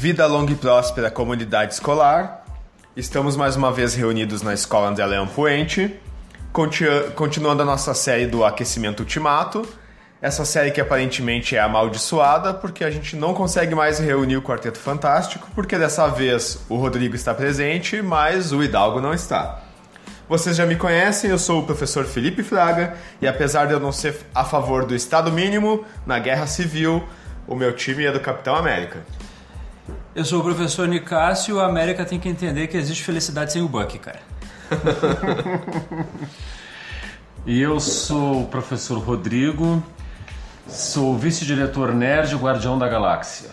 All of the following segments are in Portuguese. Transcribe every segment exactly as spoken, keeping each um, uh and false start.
Vida longa e próspera comunidade escolar. Estamos mais uma vez reunidos na Escola André Leão Poente, continu- continuando a nossa série do Aquecimento Ultimato. Essa série que aparentemente é amaldiçoada, porque a gente não consegue mais reunir o Quarteto Fantástico, porque dessa vez o Rodrigo está presente, mas o Hidalgo não está. Vocês já me conhecem, eu sou o professor Felipe Fraga, e apesar de eu não ser a favor do Estado mínimo, na Guerra Civil, o meu time é do Capitão América. Eu sou o professor Nicásio, a América tem que entender que existe felicidade sem o Bucky, cara. E eu sou o professor Rodrigo, sou vice-diretor nerd, guardião da galáxia.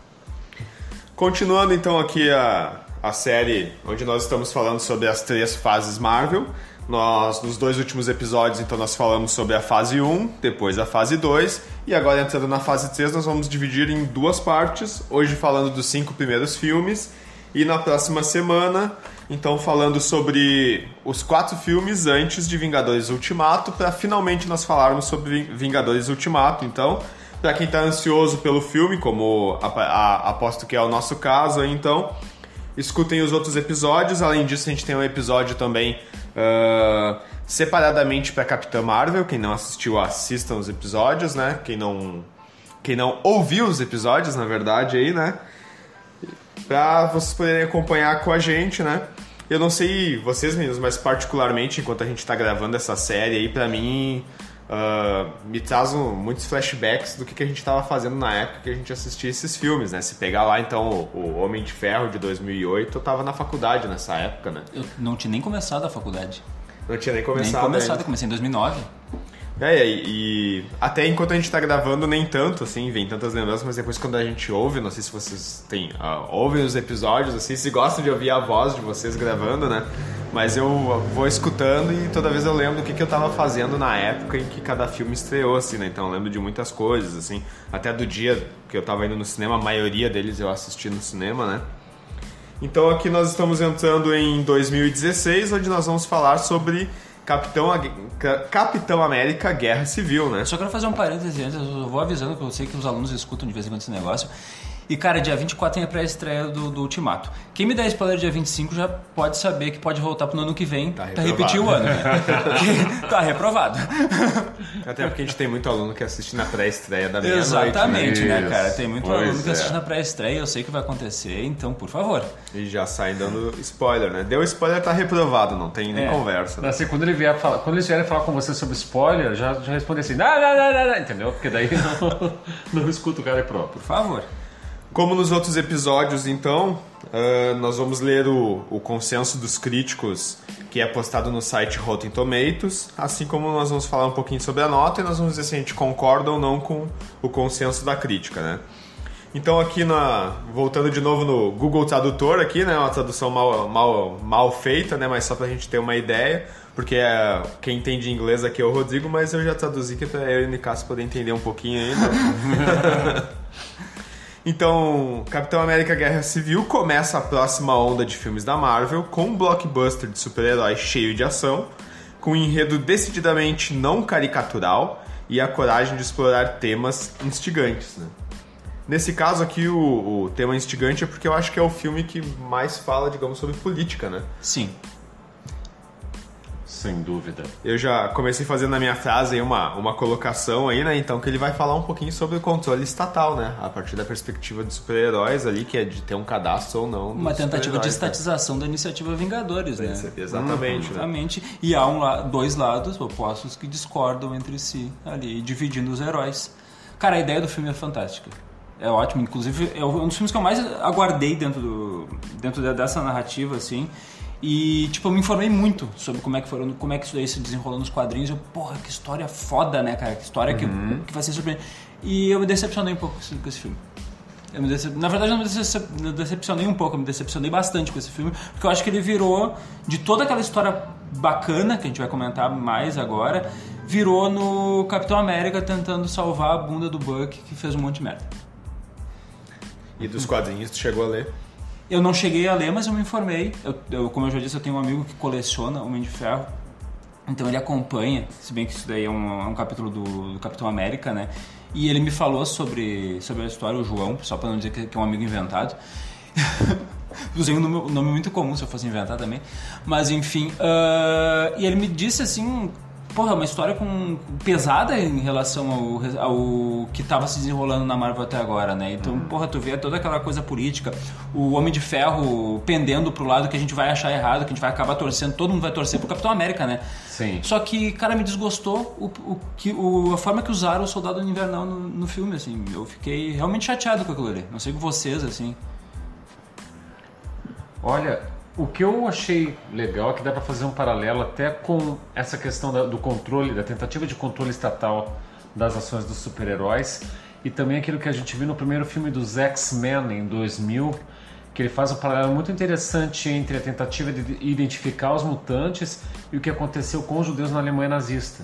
Continuando então aqui a, a série onde nós estamos falando sobre as três fases Marvel. Nós, nos dois últimos episódios, então, nós falamos sobre a fase um, depois a fase dois, e agora entrando na fase três, nós vamos dividir em duas partes, hoje falando dos cinco primeiros filmes, e na próxima semana, então, falando sobre os quatro filmes antes de Vingadores Ultimato, para finalmente nós falarmos sobre Vingadores Ultimato. Então, para quem está ansioso pelo filme, como a, a, aposto que é o nosso caso, aí, então, escutem os outros episódios. Além disso, a gente tem um episódio também uh, separadamente para Capitã Marvel. Quem não assistiu, assistam os episódios, né? Quem não, quem não ouviu os episódios, na verdade, aí, né? Para vocês poderem acompanhar com a gente, né? Eu não sei vocês, meninos, mas particularmente, enquanto a gente tá gravando essa série aí, pra mim, uh, me traz um, muitos flashbacks do que, que a gente tava fazendo na época que a gente assistia esses filmes, né? Se pegar lá, então, o, o Homem de Ferro de dois mil e oito, eu tava na faculdade nessa época, né? Eu não tinha nem começado a faculdade. Não tinha nem começado Nem começado, ainda. eu comecei em dois mil e nove. É, e, e até enquanto a gente tá gravando, nem tanto, assim, vem tantas lembranças, mas depois quando a gente ouve, não sei se vocês têm, uh, ouvem os episódios, assim, se gostam de ouvir a voz de vocês gravando, né? Mas eu vou escutando e toda vez eu lembro do que, que eu tava fazendo na época em que cada filme estreou, assim, né? Então eu lembro de muitas coisas, assim, até do dia que eu tava indo no cinema, a maioria deles eu assisti no cinema, né? Então aqui nós estamos entrando em dois mil e dezesseis, onde nós vamos falar sobre Capitão, Capitão América Guerra Civil, né? Só quero fazer um parêntese antes, eu vou avisando que eu sei que os alunos escutam de vez em quando esse negócio. E, cara, dia vinte e quatro tem a pré-estreia do, do Ultimato. Quem me der spoiler dia vinte e cinco já pode saber que pode voltar pro ano que vem tá pra repetir o ano. Né? Tá reprovado. Até porque a gente tem muito aluno que assiste na pré-estreia da meia-noite. Exatamente, né, Isso. cara? Tem muito Pois aluno que é. assiste na pré-estreia, eu sei que vai acontecer, então, por favor. E já saem dando spoiler, né? Deu spoiler, tá reprovado, não tem nem É. conversa. Né? Assim, quando, ele vier falar, quando eles vierem falar com você sobre spoiler, já, já responde assim, não, não, não, não, não, entendeu? Porque daí não, não escuta o cara próprio. Por favor. Como nos outros episódios, então, uh, nós vamos ler o, o consenso dos críticos que é postado no site Rotten Tomatoes, assim como nós vamos falar um pouquinho sobre a nota e nós vamos dizer se a gente concorda ou não com o consenso da crítica, né? Então aqui, na, voltando de novo no Google Tradutor, aqui, né, uma tradução mal, mal, mal feita, né, mas só pra gente ter uma ideia, porque é, quem entende inglês aqui é o Rodrigo, mas eu já traduzi que é pra eu e o Nicasso poder entender um pouquinho ainda. Então, Capitão América Guerra Civil começa a próxima onda de filmes da Marvel com um blockbuster de super-herói cheio de ação, com um enredo decididamente não caricatural e a coragem de explorar temas instigantes, né? Nesse caso aqui, o, o tema instigante é porque eu acho que é o filme que mais fala, digamos, sobre política, né? Sim. Sem dúvida. Eu já comecei fazendo na minha frase aí uma, uma colocação aí, né? Então, que ele vai falar um pouquinho sobre o controle estatal, né? A partir da perspectiva de super-heróis ali, que é de ter um cadastro ou não. Uma tentativa de super-heróis, né? estatização da iniciativa Vingadores, né? Exatamente, né? Exatamente. E há um, la- dois lados opostos que discordam entre si ali, dividindo os heróis. Cara, a ideia do filme é fantástica. É ótimo. Inclusive, é um dos filmes que eu mais aguardei dentro, do, dentro dessa narrativa, assim. E, tipo, eu me informei muito sobre como é que foram, como é que isso daí se desenrolou nos quadrinhos. Eu, porra, que história foda, né, cara? Que história Uhum. que, que vai ser surpreendente. E eu me decepcionei um pouco com esse, com esse filme. Eu me decep... Na verdade, eu não me decep... não decepcionei um pouco, eu me decepcionei bastante com esse filme, porque eu acho que ele virou, de toda aquela história bacana, que a gente vai comentar mais agora, virou no Capitão América tentando salvar a bunda do Buck, que fez um monte de merda. E dos quadrinhos, tu chegou a ler? Eu não cheguei a ler, mas eu me informei. Eu, eu, como eu já disse, eu tenho um amigo que coleciona Homem de Ferro. Então ele acompanha, se bem que isso daí é um, é um capítulo do, do Capitão América, né? E ele me falou sobre, sobre a história, o João, só para não dizer que, que é um amigo inventado. Usei um nome, um nome muito comum se eu fosse inventar também. Mas enfim, uh, e ele me disse assim... Porra, uma história com, pesada em relação ao, ao que estava se desenrolando na Marvel até agora, né? Então, uhum. porra, tu vê toda aquela coisa política, o Homem de Ferro pendendo pro lado que a gente vai achar errado, que a gente vai acabar torcendo, todo mundo vai torcer pro Capitão América, né? Sim. Só que, cara, me desgostou o, o, que, o, a forma que usaram o Soldado Invernal no, no filme, assim. Eu fiquei realmente chateado com aquilo ali. Não sei com vocês, assim. Olha... O que eu achei legal é que dá para fazer um paralelo até com essa questão da, do controle, da tentativa de controle estatal das ações dos super-heróis e também aquilo que a gente viu no primeiro filme dos X-Men em dois mil, que ele faz um paralelo muito interessante entre a tentativa de identificar os mutantes e o que aconteceu com os judeus na Alemanha nazista,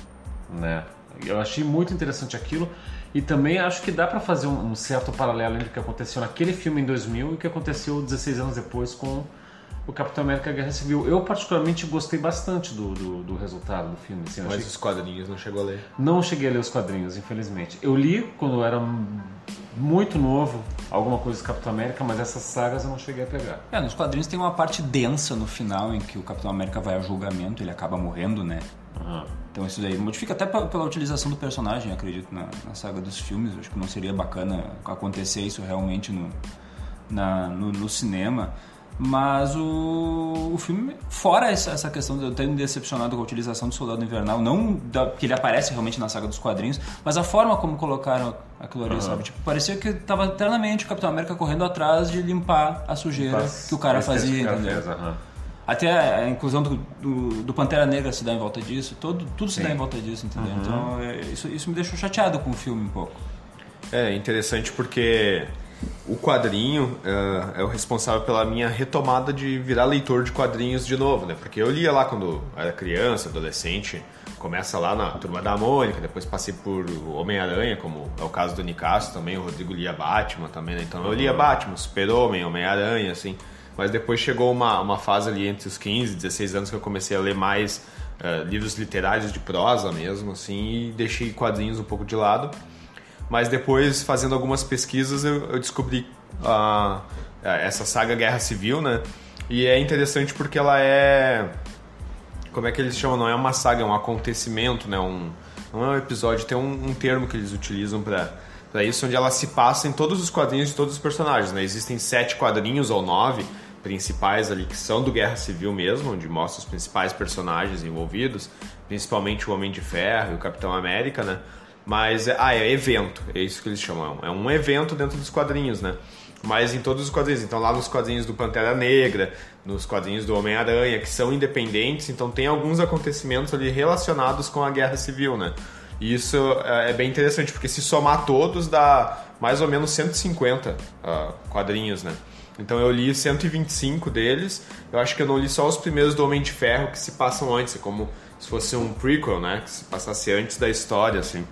né? Eu achei muito interessante aquilo e também acho que dá para fazer um, um certo paralelo entre o que aconteceu naquele filme em dois mil e o que aconteceu dezesseis anos depois com o Capitão América Guerra Civil. Eu particularmente gostei bastante do, do, do resultado do filme. Assim, Mas achei... os quadrinhos não chegou a ler? Não cheguei a ler os quadrinhos, infelizmente. Eu li quando eu era muito novo alguma coisa do Capitão América, mas essas sagas eu não cheguei a pegar. É, nos quadrinhos tem uma parte densa no final em que o Capitão América vai a julgamento, ele acaba morrendo, né? Uhum. Então isso daí modifica até pela utilização do personagem, acredito, na, na saga dos filmes. Eu acho que não seria bacana acontecer isso realmente no, na, no, no cinema. Mas o, o filme, fora essa, essa questão de eu ter me decepcionado com a utilização do Soldado Invernal, não da, que ele aparece realmente na saga dos quadrinhos, mas a forma como colocaram aquilo ali, uhum. sabe? Tipo, parecia que estava eternamente o Capitão América correndo atrás de limpar a sujeira Faz, que o cara fazia, entendeu? Fez, uhum. Até a inclusão do, do, do Pantera Negra se dá em volta disso, todo, tudo se Sim. dá em volta disso, entendeu? Uhum. Então é, isso, isso me deixou chateado com o filme um pouco. É interessante porque... O quadrinho uh, é o responsável pela minha retomada de virar leitor de quadrinhos de novo, né? Porque eu lia lá quando era criança, adolescente, começa lá na Turma da Mônica, depois passei por Homem-Aranha, como é o caso do Nicasso também, o Rodrigo lia Batman também, né? Então eu lia Batman, Super-Homem, Homem-Aranha, assim. Mas depois chegou uma, uma fase ali entre os quinze e dezesseis anos que eu comecei a ler mais uh, livros literários de prosa mesmo, assim, e deixei quadrinhos um pouco de lado. Mas depois, fazendo algumas pesquisas, eu, eu descobri uh, essa saga Guerra Civil, né? E é interessante porque ela é... Como é que eles chamam? Não é uma saga, é um acontecimento, né? Um, não é um episódio, tem um, um termo que eles utilizam para para isso, onde ela se passa em todos os quadrinhos de todos os personagens, né? Existem sete quadrinhos ou nove principais ali que são do Guerra Civil mesmo, onde mostra os principais personagens envolvidos, principalmente o Homem de Ferro e o Capitão América, né? Mas, ah, é evento, é isso que eles chamam. É um evento dentro dos quadrinhos, né? Mas em todos os quadrinhos. Então lá nos quadrinhos do Pantera Negra, nos quadrinhos do Homem-Aranha, que são independentes, então tem alguns acontecimentos ali relacionados com a Guerra Civil, né? E isso é bem interessante, porque se somar todos dá mais ou menos cento e cinquenta uh, quadrinhos, né? Então eu li cento e vinte e cinco deles. Eu acho que eu não li só os primeiros do Homem de Ferro, que se passam antes, é como se fosse um prequel, né? Que se passasse antes da história, assim.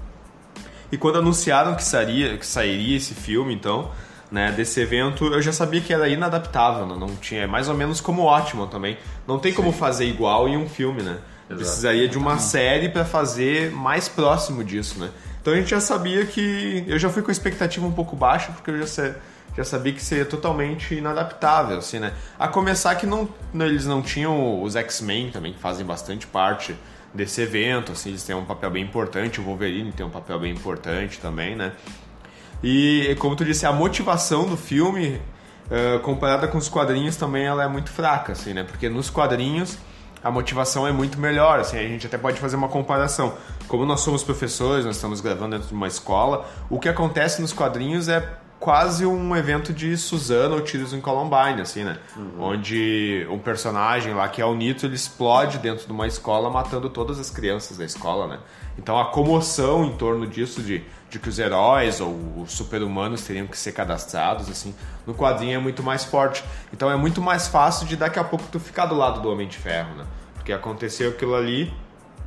E quando anunciaram que sairia, que sairia esse filme, então, né, desse evento, eu já sabia que era inadaptável, né? Não tinha, é mais ou menos como o Watchmen também. Não tem como Sim. fazer igual em um filme, né? Exato. Precisaria de uma série para fazer mais próximo disso, né? Então a gente já sabia que... Eu já fui com a expectativa um pouco baixa, porque eu já, sei, já sabia que seria totalmente inadaptável, assim, né? A começar que não, eles não tinham os X-Men também, que fazem bastante parte desse evento, assim, eles têm um papel bem importante, o Wolverine tem um papel bem importante também, né? E, como tu disse, a motivação do filme, uh, comparada com os quadrinhos, também ela é muito fraca, assim, né? Porque nos quadrinhos a motivação é muito melhor, assim, a gente até pode fazer uma comparação. Como nós somos professores, nós estamos gravando dentro de uma escola, o que acontece nos quadrinhos é quase um evento de Susana ou Tiros em Columbine, assim, né? Uhum. Onde um personagem lá, que é o Nito, ele explode dentro de uma escola, matando todas as crianças da escola, né? Então a comoção em torno disso, de, de que os heróis ou os super-humanos teriam que ser cadastrados, assim, no quadrinho é muito mais forte. Então é muito mais fácil de daqui a pouco tu ficar do lado do Homem de Ferro, né? Porque aconteceu aquilo ali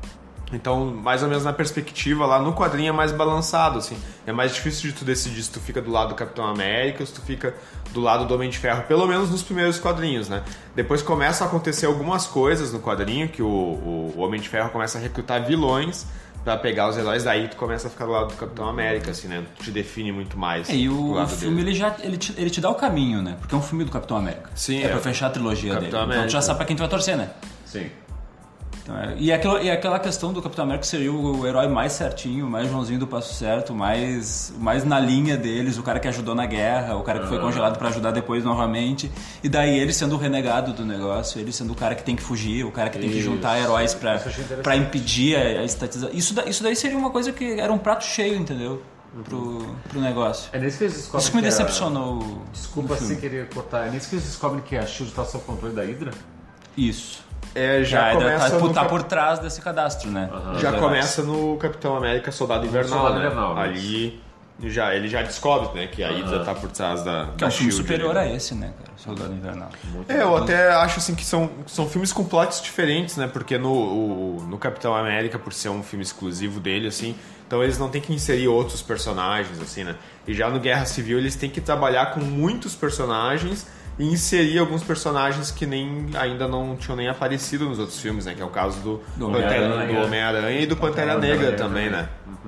Então, mais ou menos na perspectiva, lá no quadrinho é mais balançado, assim. É mais difícil de tu decidir se tu fica do lado do Capitão América ou se tu fica do lado do Homem de Ferro, pelo menos nos primeiros quadrinhos, né? Depois começam a acontecer algumas coisas no quadrinho, que o, o, o Homem de Ferro começa a recrutar vilões pra pegar os heróis, daí tu começa a ficar do lado do Capitão América, assim, né? Tu te define muito mais. É, e o, o filme, ele já ele te, ele te dá o caminho, né? Porque é um filme do Capitão América. Sim, é, é pra fechar a trilogia dele. Capitão Então América. tu já sabe pra quem tu vai torcer, né? Sim. Então, é, e, aquilo, e aquela questão do Capitão América seria o herói mais certinho, mais Joãozinho do Passo Certo, mais, mais na linha deles, o cara que ajudou na guerra, o cara que foi congelado pra ajudar depois novamente. E daí ele sendo o renegado do negócio, ele sendo o cara que tem que fugir, o cara que tem que Isso. juntar heróis pra, Isso eu achei interessante. pra impedir a, a estatização. Isso, da, isso daí seria uma coisa que era um prato cheio, entendeu? Pro, pro negócio. É nesse que eles descobrem Isso que me que a- decepcionou. Desculpa no filme. sem querer cortar. É nisso que eles descobrem que a SHIELD tá sob controle da Hydra? Isso. É, já, Já, começa tá, por, no tá Cap- por trás desse cadastro, né? já Dos heróis. começa no Capitão América Soldado Invernal, Soldado né? Invernal, isso. Ali já, ele já descobre, né, que a Hydra tá por trás da, Que é da um filme Shield superior ali. a esse, né, cara? Soldado Invernal. É, eu até acho assim que são, são filmes com plots diferentes, né? Porque no, o- no Capitão América, por ser um filme exclusivo dele, assim, então eles não têm que inserir outros personagens, assim, né? E já no Guerra Civil eles têm que trabalhar com muitos personagens e inserir alguns personagens que nem ainda não tinham nem aparecido nos outros filmes, né? Que é o caso do, Do Pantera- Homem-Aranha. do Homem-Aranha e do Pantera Pantera Negra Negra também, também. né?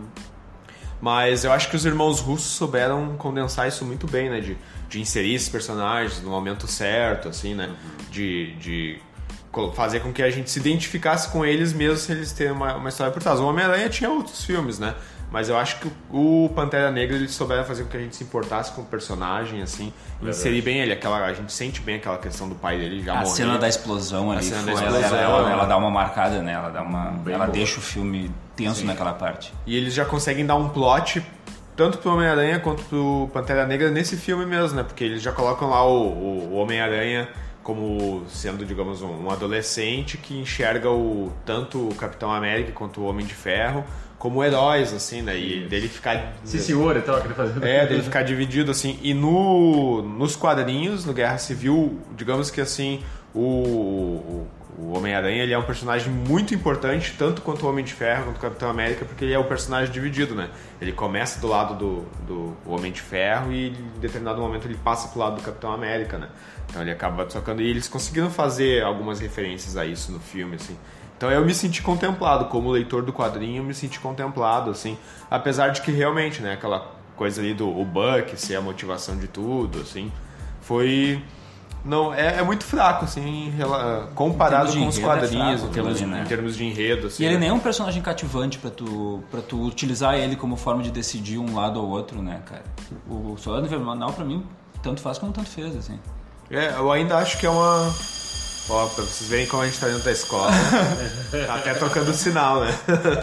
Mas eu acho que os irmãos russos souberam condensar isso muito bem, né? De, de inserir esses personagens no momento certo, assim, né? De, de co- fazer com que a gente se identificasse com eles mesmo se eles terem uma, uma história por trás. O Homem-Aranha tinha outros filmes, né? Mas eu acho que o Pantera Negra, eles souberam fazer com que a gente se importasse com o personagem, assim, e inserir bem ele. Aquela, a gente sente bem aquela questão do pai dele já A morrer. cena da explosão ali, cena da foi- explosão, ela, ela, né? ela dá uma marcada, né? Ela, dá uma, Bem ela boa. deixa o filme tenso naquela parte. E eles já conseguem dar um plot tanto pro Homem-Aranha quanto pro Pantera Negra nesse filme mesmo, né? Porque eles já colocam lá o, o- o Homem-Aranha como sendo, digamos, um, um adolescente que enxerga o, tanto o Capitão América quanto o Homem de Ferro como heróis, assim, né? E dele ficar... Sim, senhor, então, aquele fazendo. É, dele ficar dividido, assim. E no, nos quadrinhos, no Guerra Civil, digamos que, assim, o, o, o Homem-Aranha, ele é um personagem muito importante, tanto quanto o Homem de Ferro, quanto o Capitão América, porque ele é o personagem dividido, né? Ele começa do lado do, do Homem de Ferro e, em determinado momento, ele passa pro lado do Capitão América, né? Então ele acaba trocando. E eles conseguiram fazer algumas referências a isso no filme, assim. Então eu me senti contemplado, como leitor do quadrinho, eu me senti contemplado, assim, apesar de que realmente, né, aquela coisa ali do o Buck ser a motivação de tudo, assim, foi... Não, é, é muito fraco, assim, em rela- comparado Em com termos os de enredo, é quadrinhos, fraco em, termos, também, né? em termos de enredo, assim. E ele né? nem é um personagem cativante pra tu, pra tu utilizar ele como forma de decidir um lado ou outro, né, cara? O Soldado Invernal, pra mim, tanto faz como tanto fez, assim. É, eu ainda acho que é uma... Ó, pra vocês verem como a gente tá dentro da escola, né? Tá até tocando sinal, né?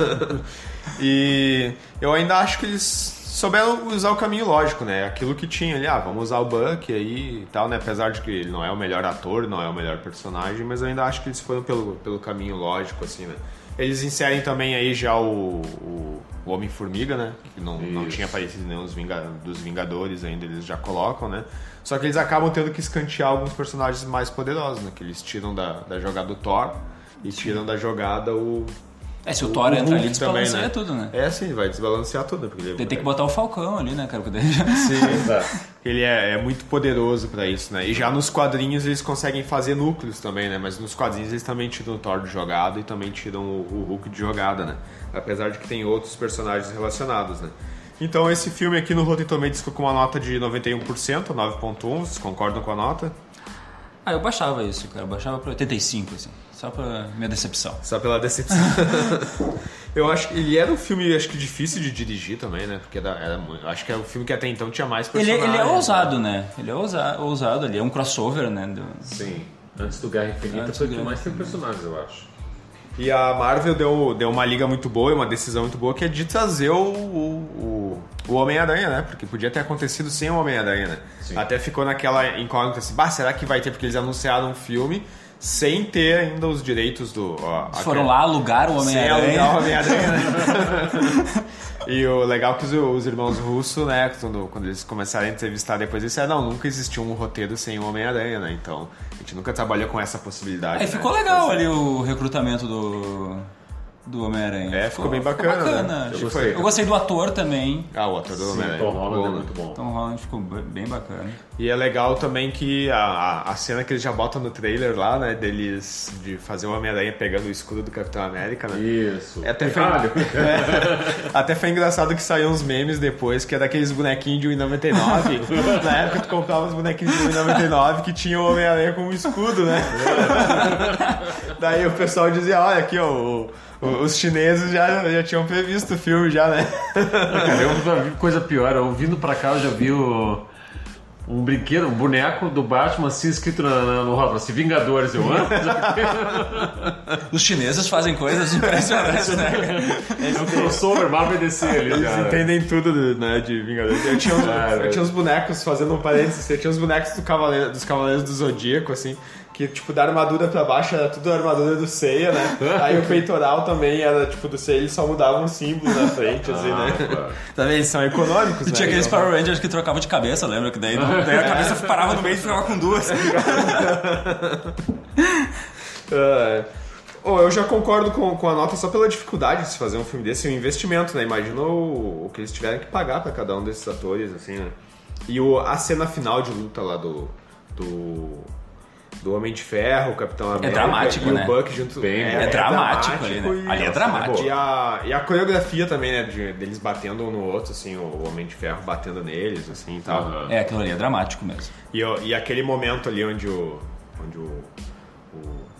E eu ainda acho que eles souberam usar o caminho lógico, né? Aquilo que tinha ali, ah, vamos usar o Buck aí e tal, né? Apesar de que ele não é o melhor ator, não é o melhor personagem, mas eu ainda acho que eles foram pelo, pelo caminho lógico, assim, né? Eles inserem também aí já o, o, o Homem-Formiga, né? Que não, não Isso. tinha aparecido nenhum dos, Vinga, dos Vingadores ainda, eles já colocam, né? Só que eles acabam tendo que escantear alguns personagens mais poderosos, né? Que eles tiram da, da jogada do Thor e tiram da jogada o... É, se o, O- Thor o entra ali, Hulk também, desbalanceia né? tudo, né? É, sim, vai desbalancear tudo. Porque ele, Tem, tem que botar o Falcão ali, né, cara? Porque daí já... Sim, ele é, é muito poderoso pra isso, né? E já nos quadrinhos eles conseguem fazer núcleos também, né? Mas nos quadrinhos eles também tiram o Thor de jogada e também tiram o, o Hulk de jogada, né? Apesar de que tem outros personagens relacionados, né? Então esse filme aqui no Rotten Tomatoes ficou com uma nota de noventa e um por cento, nove ponto um, vocês concordam com a nota? Ah, eu baixava isso, cara. Eu baixava pra oitenta e cinco, assim. Só pra minha decepção. Só pela decepção. Eu acho que ele era um filme, acho que difícil de dirigir também, né? Porque era, era muito- acho que é o filme que até então tinha mais Ele, personagens. ele é né? ousado, né? Ele é ousa, ousado ali. É um crossover, né? do- Sim. Antes do Guerra Infinita Antes foi do o que Guerra mais tem personagens, eu acho. E a Marvel deu, deu uma liga muito boa, uma decisão muito boa, que é de trazer o, o, o Homem-Aranha, né? Porque podia ter acontecido sem o Homem-Aranha, né? Sim. Até ficou naquela incógnita assim, bah, será que vai ter? Porque eles anunciaram um filme sem ter ainda os direitos do... Ó, Foram lá, alugaram o Sem alugar o Homem-Aranha. Homem-Aranha, né? E o legal é que os, os irmãos russos, né, quando, quando eles começaram a entrevistar depois, eles disseram, não, nunca existiu um roteiro sem o Homem-Aranha, né? Então, a gente nunca trabalhou com essa possibilidade. Aí né, ficou de legal fazer. ali o recrutamento do, do Homem-Aranha. É, ficou, ficou bem bacana. Ficou bacana. Né? Eu, gostei. Eu gostei do ator também. Ah, o ator do Homem-Aranha. Tom Holland é muito bom. Tom Holland ficou bem bacana. E é legal também que a, a cena que eles já botam no trailer lá, né, deles de fazer o Homem-Aranha pegando o escudo do Capitão América, né? Isso. É até, foi, é, até foi engraçado que saiu uns memes depois, que é daqueles bonequinhos de um e noventa e nove. Na época tu comprava os bonequinhos de um e noventa e nove que tinham o Homem-Aranha com um escudo, né? Daí o pessoal dizia, olha aqui, ó, o, o, os chineses já, já tinham previsto o filme já, né? Cara, eu já vi coisa pior, eu vindo pra cá eu já vi o, um brinquedo, um boneco do Batman assim escrito na, na, no rótulo, assim, Vingadores, eu amo. Os chineses fazem coisas impressionantes, né? É um crossover, Marvel D C ali, eles cara. entendem tudo, né, de Vingadores. Eu tinha uns, ah, eu tinha uns bonecos, fazendo um parênteses, eu tinha uns bonecos do Cavaleiro, dos Cavaleiros do Zodíaco, assim, que, tipo, da armadura pra baixo era tudo a armadura do Seiya, né? Aí o peitoral também era, tipo, do Seiya, eles só mudavam um símbolo na frente, assim, ah, né? Claro. Também eles são econômicos, e né? tinha aqueles então, Power Rangers que trocavam de cabeça, lembra? Que daí, daí a cabeça parava no meio e ficava com duas. uh, oh, eu já concordo com, com a nota só pela dificuldade de se fazer um filme desse, um investimento, né? Imagina o, o que eles tiveram que pagar pra cada um desses atores, assim, né? E o, a cena final de luta lá do... do do Homem de Ferro, o Capitão América, é dramático, e né? o Buck junto. Bem, é, é dramático, dramático ali, né? E, ali é dramático. E a, e a coreografia também, né? De, deles batendo um no outro, assim, o Homem de Ferro batendo neles, assim e tal. Uhum. É, aquilo ali é dramático mesmo. E, e aquele momento ali onde o. Onde o, o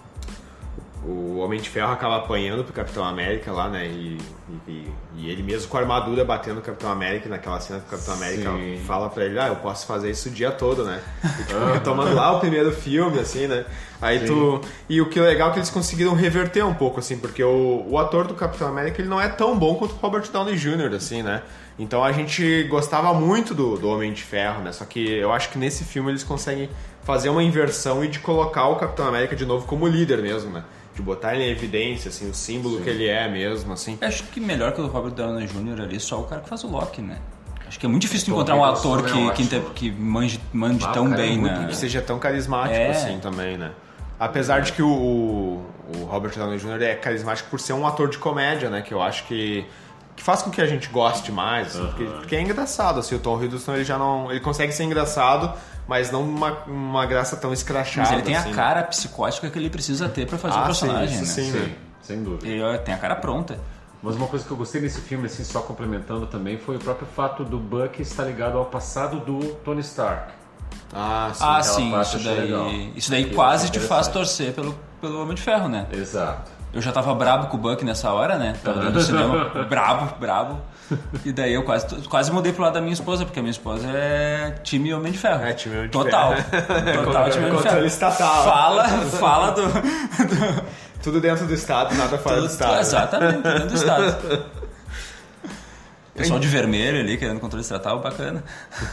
o Homem de Ferro acaba apanhando pro Capitão América lá, né? E, e, e ele mesmo com a armadura batendo no Capitão América, naquela cena que o Capitão América Sim. fala pra ele, ah, eu posso fazer isso o dia todo, né? E, tipo, uhum. retomando lá o primeiro filme, assim, né? Aí Sim. tu... E o que é legal é que eles conseguiram reverter um pouco, assim, porque o, o ator do Capitão América, ele não é tão bom quanto o Robert Downey júnior, assim, né? Então a gente gostava muito do, do Homem de Ferro, né? Só que eu acho que nesse filme eles conseguem fazer uma inversão e de colocar o Capitão América de novo como líder mesmo, né? De botar ele em evidência, assim, o símbolo Sim. que ele é mesmo, assim. Acho que melhor que o Robert Downey júnior ali, só o cara que faz o Loki, né? Acho que é muito difícil encontrar um ator que, que, que, que manje, manje ah, tão bem, é muito, né? Que seja tão carismático, é. assim, também, né? Apesar de que o, o Robert Downey júnior é carismático por ser um ator de comédia, né? Que eu acho que, que faz com que a gente goste mais, assim, uh-huh. porque, porque é engraçado, assim, o Tom Hiddleston, ele já não... Ele consegue ser engraçado, mas não uma, uma graça tão escrachada. Mas ele tem assim, a cara psicótica que ele precisa ter pra fazer ah, o personagem, sim, né? Sim, sim, sem dúvida. Ele tem a cara pronta. Mas uma coisa que eu gostei desse filme, assim, só complementando também, foi o próprio fato do Buck estar ligado ao passado do Tony Stark. Ah, sim. Ah, sim. Isso daí, isso daí quase te faz torcer pelo, pelo Homem de Ferro, né? Exato. Eu já tava brabo com o Buck nessa hora, né? Tava dentro do cinema, brabo, brabo. E daí eu quase, quase mudei pro lado da minha esposa, porque a minha esposa é time Homem de Ferro. É, time Homem de Total. Ferro. Total time Homem de Ferro. Estatal. Fala, fala do, do... Tudo dentro do Estado, nada fora tudo, do Estado. Exatamente, tudo dentro do Estado. Pessoal de vermelho ali, querendo controle estatal, bacana.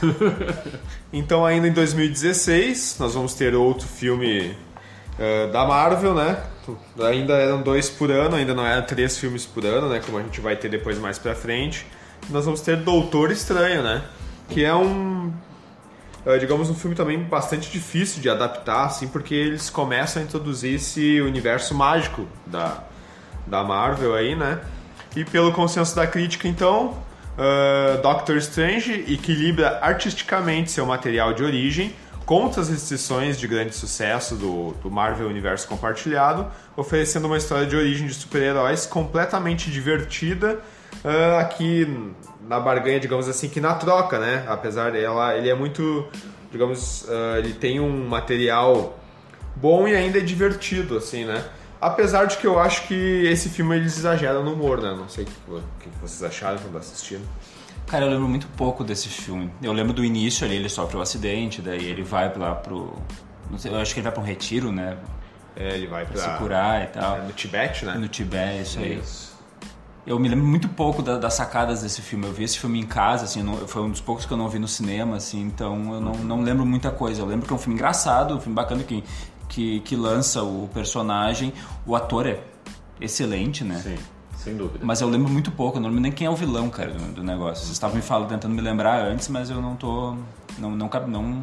Então, ainda em dois mil e dezesseis, nós vamos ter outro filme uh, da Marvel, né? Ainda eram dois por ano, ainda não eram três filmes por ano, né? Como a gente vai ter depois mais pra frente. Nós vamos ter Doutor Estranho, né? Que é um... Uh, digamos, um filme também bastante difícil de adaptar, assim, porque eles começam a introduzir esse universo mágico da, da Marvel aí, né? E pelo consenso da crítica, então... Uh, Doctor Strange equilibra artisticamente seu material de origem contra as restrições de grande sucesso do, do Marvel Universo Compartilhado, oferecendo uma história de origem de super-heróis completamente divertida, uh, aqui na barganha, digamos assim, que na troca, né? Apesar dela, ele é muito, digamos, uh, ele tem um material bom e ainda é divertido, assim, né? Apesar de que eu acho que esse filme eles exageram no humor, né? Não sei o que, o que vocês acharam quando assistiram. Cara, eu lembro muito pouco desse filme. Eu lembro do início ali, ele sofre um acidente, daí ele vai lá pro... Não sei, eu acho que ele vai pra um retiro, né? É, ele vai pra... pra se curar e tal. É no Tibete, né? No Tibete, isso aí. Isso. Eu me lembro muito pouco da, das sacadas desse filme. Eu vi esse filme em casa, assim, não, foi um dos poucos que eu não vi no cinema, assim, então eu não, não lembro muita coisa. Eu lembro que é um filme engraçado, um filme bacana que... Que, que lança o personagem. O ator é excelente, né? Sim, sem dúvida. Mas eu lembro muito pouco, eu não lembro nem quem é o vilão, cara, do, do negócio. Vocês estavam me falando, tentando me lembrar antes, mas eu não tô... Não, não, não,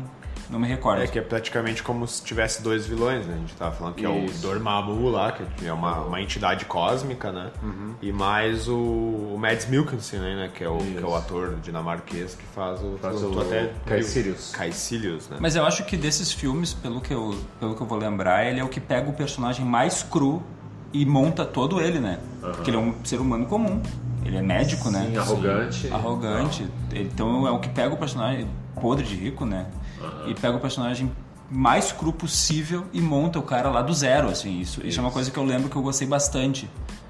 Não me recordo. É que é praticamente como se tivesse dois vilões, né? A gente tava falando que Isso. é o Dormammu lá, que é uma, uma entidade cósmica, né? Uhum. E mais o, o Mads Mikkelsen, né? Que é, o, que é o Isso. ator dinamarquês que faz o... Faz tu o até Caecilius. Caecilius, né? Mas eu acho que desses filmes, pelo que, eu, pelo que eu vou lembrar, ele é o que pega o personagem mais cru e monta todo ele, né? Uhum. Porque ele é um ser humano comum. Ele é médico, né? Sim, arrogante. Arrogante. Então é o que pega o personagem podre de rico, né? Uhum. E pega o personagem mais cru possível e monta o cara lá do zero, assim. Isso, isso. isso é uma coisa que eu lembro que eu gostei bastante.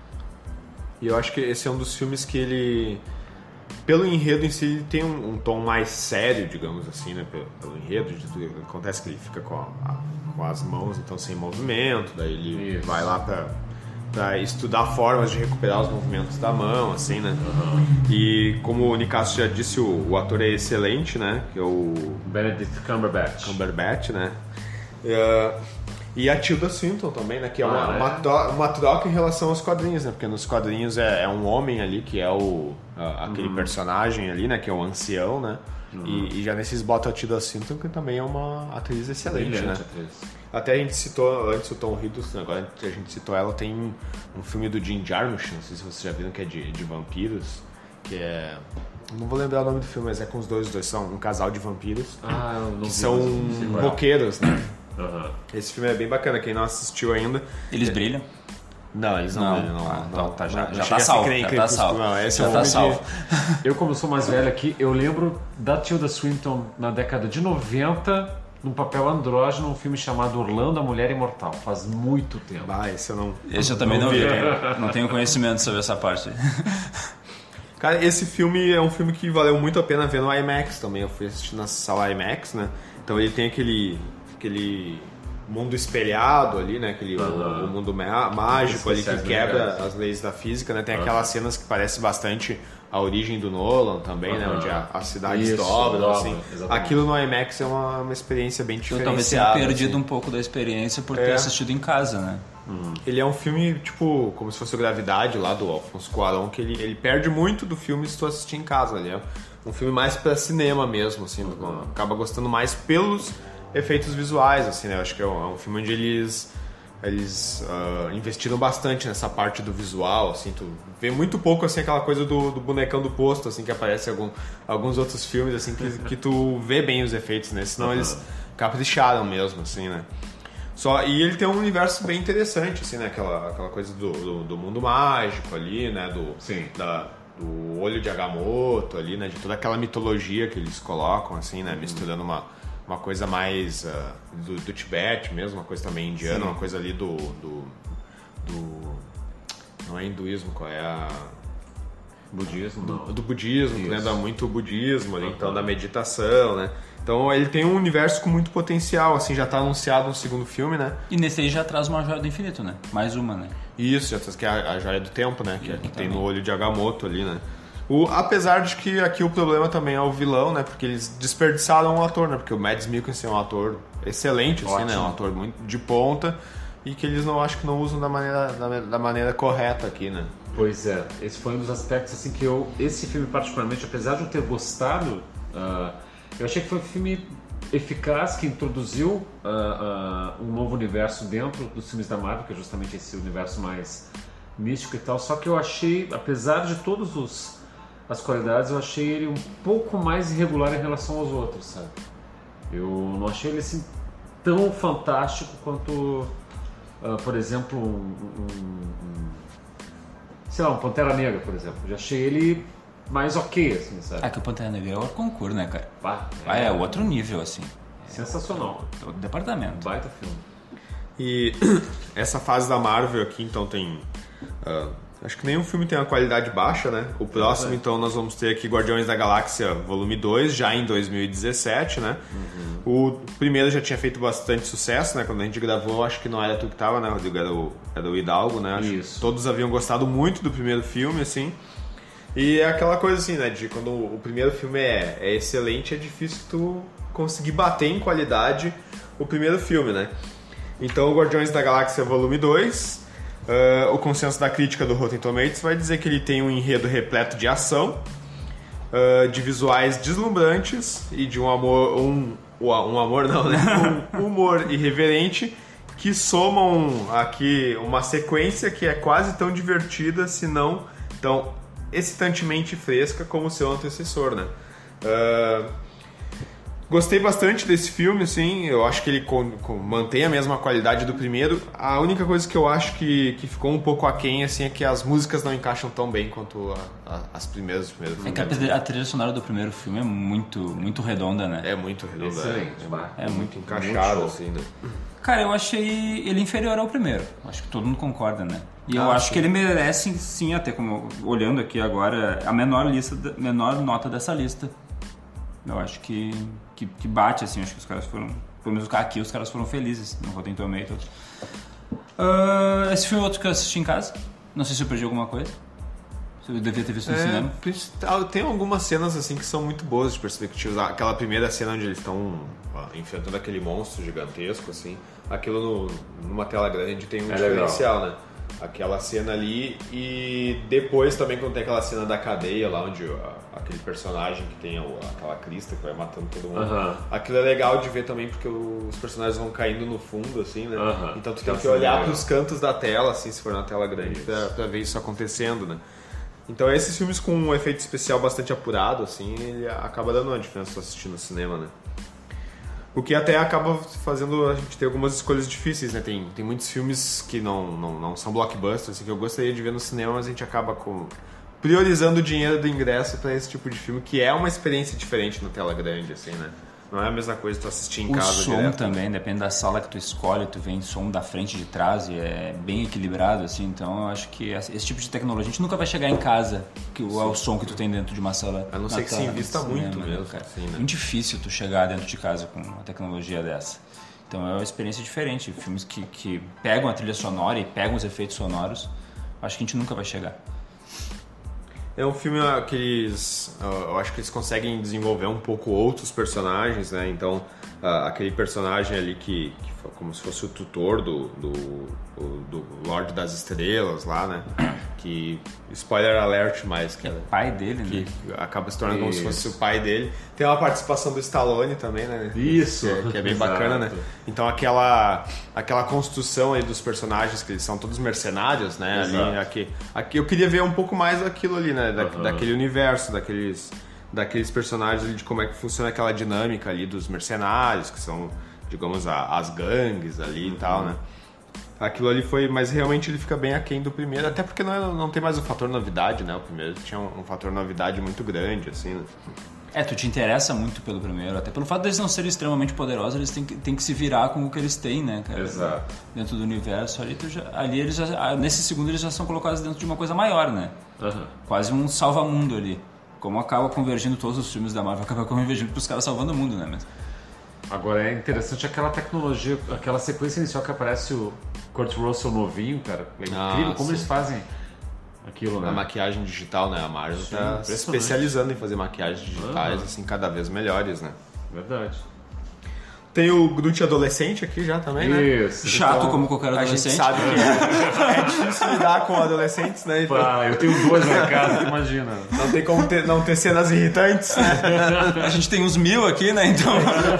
E eu acho que esse é um dos filmes que ele... Pelo enredo em si, ele tem um, um tom mais sério, digamos assim, né? Pelo, pelo enredo de tudo. Acontece que ele fica com, a, com as mãos, então, sem movimento. Daí ele Isso. vai lá pra... para estudar formas de recuperar os movimentos da mão, assim, né? Uhum. E como o Nicasso já disse, o, o ator é excelente, né? Que é o Benedict Cumberbatch. Cumberbatch, né? Uh, e a Tilda Swinton também, né? Que é, uma, ah, é? uma, tro- uma troca em relação aos quadrinhos, né? Porque nos quadrinhos é, é um homem ali que é o uh, aquele uhum. personagem ali, né? Que é o ancião, né? Uhum. E, e já nesses botam a Tilda Swinton, que também é uma atriz excelente, Brilhante, né? atriz. Até a gente citou antes o Tom Hiddleston, agora a gente citou ela, tem um filme do Jim Jarmusch, não sei se vocês já viram, que é de, de vampiros, que é... Não vou lembrar o nome do filme, mas é com os dois, os dois são um casal de vampiros, Ah, eu não que vi, são não sei qual é. roqueiros, né? Uhum. Esse filme é bem bacana, quem não assistiu ainda... Eles brilham? Não, eles não, Não. brilham, não, Ah, não, então tá, não, já- não já chega tá a ser salvo, que nem já tá Crepúsculo, salvo. não, esse Já é um tá filme de... salvo. Eu, como sou mais velho aqui, eu lembro da Tilda Swinton na década de noventa, num papel andrógeno, um filme chamado Orlando, a Mulher Imortal. Faz muito tempo. Ah, esse eu não... Esse eu também não, vi. vi. Não tenho conhecimento sobre essa parte. Cara, esse filme é um filme que valeu muito a pena ver no IMAX também. Eu fui assistir na sala IMAX, né? Então ele tem aquele, aquele mundo espelhado ali, né? Aquele, Uhum. o, o mundo ma- mágico ali que Especiais quebra legais. as leis da física, né? Tem Uhum. aquelas cenas que parecem bastante a origem do Nolan também, né? Uhum. Onde a, as cidades Isso, dobram, dobra, assim. exatamente. Aquilo no IMAX é uma, uma experiência bem Eu talvez tenha diferenciada. perdido assim. um pouco da experiência por É. ter assistido em casa, né? Ele é um filme, tipo, como se fosse o Gravidade lá do Alfonso Cuarón, que ele, ele perde muito do filme se tu assistir em casa. Ele é um filme mais pra cinema mesmo, assim, Uhum. acaba gostando mais pelos efeitos visuais, assim, né? Eu acho que é um, é um filme onde eles, eles ah, investiram bastante nessa parte do visual, assim, tu vê muito pouco, assim, aquela coisa do, do bonecão do posto, assim, que aparece em algum, alguns outros filmes, assim, que, que tu vê bem os efeitos, né? Senão Uhum. eles capricharam mesmo, assim, né? Só, e ele tem um universo bem interessante, assim, né? Aquela, aquela coisa do, do, do mundo mágico ali, né? Do, Sim. da, do olho de Agamotto ali, né? De toda aquela mitologia que eles colocam, assim, né? Misturando uma, uma coisa mais uh, do, do Tibete mesmo, uma coisa também indiana, Sim. uma coisa ali do, do, do... Não é hinduísmo, qual é a... Budismo, Do, não. do budismo, Isso. lembra muito o budismo ali, Uhum. então da meditação, né? Então ele tem um universo com muito potencial, assim, já tá anunciado um segundo filme, né? E nesse aí já traz uma joia do infinito, né? Mais uma, né? Isso, já tá, que é a, a joia do tempo, né? Que, é- que tem no Exatamente. olho de Agamotto ali, né? O, apesar de que aqui o problema também é o vilão, né? Porque eles desperdiçaram o ator, né? Porque o Mads Mikkelsen é um ator excelente, assim, né? Ótimo. Um ator muito de ponta e que eles não acho que não usam da maneira, da, da maneira correta aqui, né? Pois é, esse foi um dos aspectos assim que eu, esse filme particularmente, apesar de eu ter gostado, ah, eu achei que foi um filme eficaz que introduziu ah, ah, um novo universo dentro dos filmes da Marvel, que é justamente esse universo mais místico e tal. Só que eu achei, apesar de todas os, as qualidades, eu achei ele um pouco mais irregular em relação aos outros, sabe? Eu não achei ele assim tão fantástico quanto, ah, por exemplo, um, um- um sei lá, um Pantera Negra, por exemplo. Eu já achei ele mais ok, assim, sabe? Ah, que o Pantera Negra é o concurso, né, cara? Bah, Ah, é outro nível, assim. sensacional. É outro departamento. Baita filme. E essa fase da Marvel aqui, então, tem... ah, acho que nenhum filme tem uma qualidade baixa, né? O próximo, É. então, nós vamos ter aqui Guardiões da Galáxia Volume dois, já em dois mil e dezessete, né? Uhum. O primeiro já tinha feito bastante sucesso, né? Quando a gente gravou, acho que não era tu que tava, né, Rodrigo? Era o, era o Hidalgo, né? Acho que Isso. todos haviam gostado muito do primeiro filme, assim. E é aquela coisa assim, né? De quando o primeiro filme é, é excelente, é difícil tu conseguir bater em qualidade o primeiro filme, né? Então, o Guardiões da Galáxia Volume dois, uh, o consenso da crítica do Rotten Tomatoes vai dizer que ele tem um enredo repleto de ação, uh, de visuais deslumbrantes e de um, amor, um um amor não, né? Um humor irreverente que somam aqui uma sequência que é quase tão divertida, se não tão excitantemente fresca como o seu antecessor, né? Uh, gostei bastante desse filme, assim, eu acho que ele com, com, mantém a mesma qualidade do primeiro. A única coisa que eu acho que, que ficou um pouco aquém, assim, é que as músicas não encaixam tão bem quanto a, a, as primeiras, primeiras É que a, trilha- a trilha sonora do primeiro filme é muito, muito redonda, né? É muito redonda. Excelente. É, é muito encaixado, muito assim, né? Cara, eu achei ele inferior ao primeiro. Acho que todo mundo concorda, né? E eu Ah, acho sim. que ele merece, sim, até como olhando aqui agora, a menor lista, da- menor nota dessa lista. Eu acho que, que, que bate, assim, acho que os caras foram, pelo menos aqui, os caras foram felizes no Rotten Tomatoes. Uh, esse filme é outro que eu assisti em casa. Não sei se eu perdi alguma coisa. Se eu devia ter visto no É, cinema. tem algumas cenas assim que são muito boas de perspectiva. Aquela primeira cena onde eles estão ah, enfrentando aquele monstro gigantesco, assim, aquilo no, numa tela grande tem um É diferencial, né? Aquela cena ali, e depois também quando tem aquela cena da cadeia lá onde a, aquele personagem que tem a, aquela crista que vai matando todo mundo. Aham. Aquilo é legal de ver também porque os personagens vão caindo no fundo, assim, né? Aham. Então tu Então, tem que assim, olhar legal. pros cantos da tela, assim, se for na tela grande, Isso. pra, pra ver isso acontecendo, né? Então esses filmes com um efeito especial bastante apurado, assim, ele acaba dando uma diferença assistindo no cinema, né? O que até acaba fazendo a gente ter algumas escolhas difíceis, né? Tem, tem muitos filmes que não, não, não são blockbusters, assim, que eu gostaria de ver no cinema, mas a gente acaba com, priorizando o dinheiro do ingresso para esse tipo de filme, que é uma experiência diferente na tela grande, assim, né? Não é a mesma coisa tu assistir em O casa som direto. também, depende da sala que tu escolhe, tu vem som da frente e de trás e é bem equilibrado, assim, então eu acho que esse tipo de tecnologia, a gente nunca vai chegar em casa que o, ao som que tu tem dentro de uma sala. A não na ser que se tela, invista no muito cinema, mesmo, cara. assim, né? Muito difícil tu chegar dentro de casa com uma tecnologia dessa. Então é uma experiência diferente, filmes que, que pegam a trilha sonora e pegam os efeitos sonoros, acho que a gente nunca vai chegar. É um filme que eles, eu acho que eles conseguem desenvolver um pouco outros personagens, né? Então, aquele personagem ali que, que foi como se fosse o tutor do, do, do Lorde das Estrelas lá, né? Que, spoiler alert, mas que, É pai dele, que né? acaba se tornando como se Isso. fosse o pai dele. Tem uma participação do Stallone também, né? Isso. Que é, que é bem Exato. bacana, né? Então aquela, aquela construção aí dos personagens, que eles são todos mercenários, né? Ali, Exato. aqui, aqui eu queria ver um pouco mais daquilo ali, né? Da, Aham. Daquele universo, daqueles, daqueles personagens ali, de como é que funciona aquela dinâmica ali dos mercenários, que são, digamos, a, as gangues ali Uhum. e tal, né? Aquilo ali foi, mas realmente ele fica bem aquém do primeiro, até porque não, é, não tem mais o fator novidade, né? O primeiro tinha um, um fator novidade muito grande, assim, né? É, tu te interessa muito pelo primeiro, até pelo fato deles não serem extremamente poderosos, eles têm que, têm que se virar com o que eles têm, né, cara? Exato. Dentro do universo, ali, tu já, ali eles já, ah, nesse segundo eles já são colocados dentro de uma coisa maior, né? Aham. Quase um salva-mundo ali. Como acaba convergindo todos os filmes da Marvel, acaba convergindo pros caras salvando o mundo, né? Mas, Agora é interessante aquela tecnologia, aquela sequência inicial que aparece o Kurt Russell novinho, cara. É Ah, incrível como sim. eles fazem aquilo, né? A maquiagem digital, né? A Marvel Sim, tá se impressionante. especializando em fazer maquiagens digitais, Aham. assim, cada vez melhores, né? Verdade. Tem o Groot adolescente aqui já também, né? Isso. chato Então, como qualquer A gente adolescente. sabe que é, é difícil lidar com adolescentes, né? Então, Pá, eu tenho dois na casa, tu imagina. não tem como ter, não ter cenas irritantes, né? A gente tem uns mil aqui, né? Então.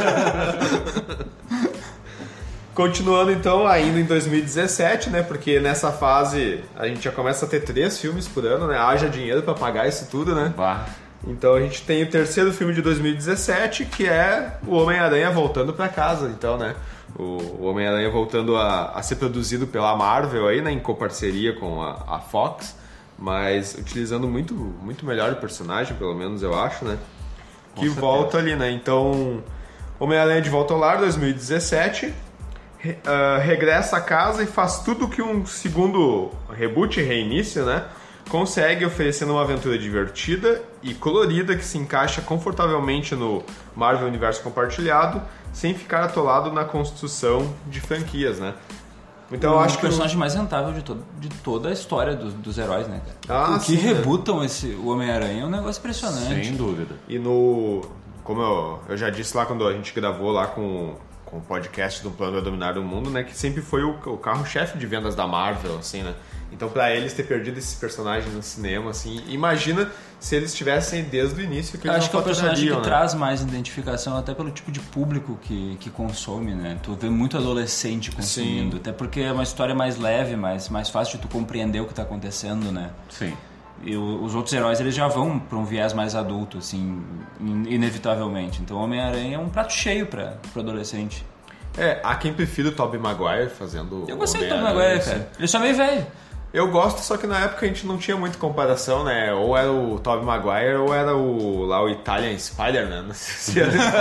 Continuando então, ainda em dois mil e dezessete, né? Porque nessa fase a gente já começa a ter três filmes por ano, né? Haja dinheiro pra pagar isso tudo, né? Bah. Então a gente tem o terceiro filme de dois mil e dezessete, que é o Homem-Aranha voltando pra casa, então, né? O Homem-Aranha voltando a, a ser produzido pela Marvel aí, né? Em coparceria com a, a Fox, mas utilizando muito, muito melhor o personagem, pelo menos eu acho, né? Que certeza. volta ali, né? Então, Homem-Aranha de Volta ao Lar, dois mil e dezessete, re, uh, regressa a casa e faz tudo que um segundo reboot, reinício, né? Consegue, oferecendo uma aventura divertida e colorida que se encaixa confortavelmente no Marvel Universo compartilhado, sem ficar atolado na construção de franquias, né? Então eu o acho que... personagem mais rentável de, todo, de toda a história dos, dos heróis, né, cara? Ah, o que sim, né? rebutam esse, o Homem-Aranha é um negócio impressionante. Sem dúvida. E no... Como eu, eu já disse lá quando a gente gravou lá com, com o podcast do Plano para Dominar o Mundo, né? Que sempre foi o, o carro-chefe de vendas da Marvel, assim, né? Então, pra eles ter perdido esse personagem no cinema, assim, imagina se eles tivessem desde o início que eles Acho que é o personagem que né? traz mais identificação, até pelo tipo de público que, que consome, né? Tu vê muito adolescente consumindo, Sim. até porque é uma história mais leve, mais, mais fácil de tu compreender o que tá acontecendo, né? Sim. E o, os outros heróis, eles já vão pra um viés mais adulto, assim, inevitavelmente. Então, Homem-Aranha é um prato cheio pra, pro adolescente. É, há quem prefira o Tobey Maguire fazendo Eu gostei do Tobey Maguire, assim. cara. Ele só meio velho. Eu gosto, só que na época a gente não tinha muita comparação, né? Ou era o Tobey Maguire ou era o lá o Italian Spider-Man. Não sei se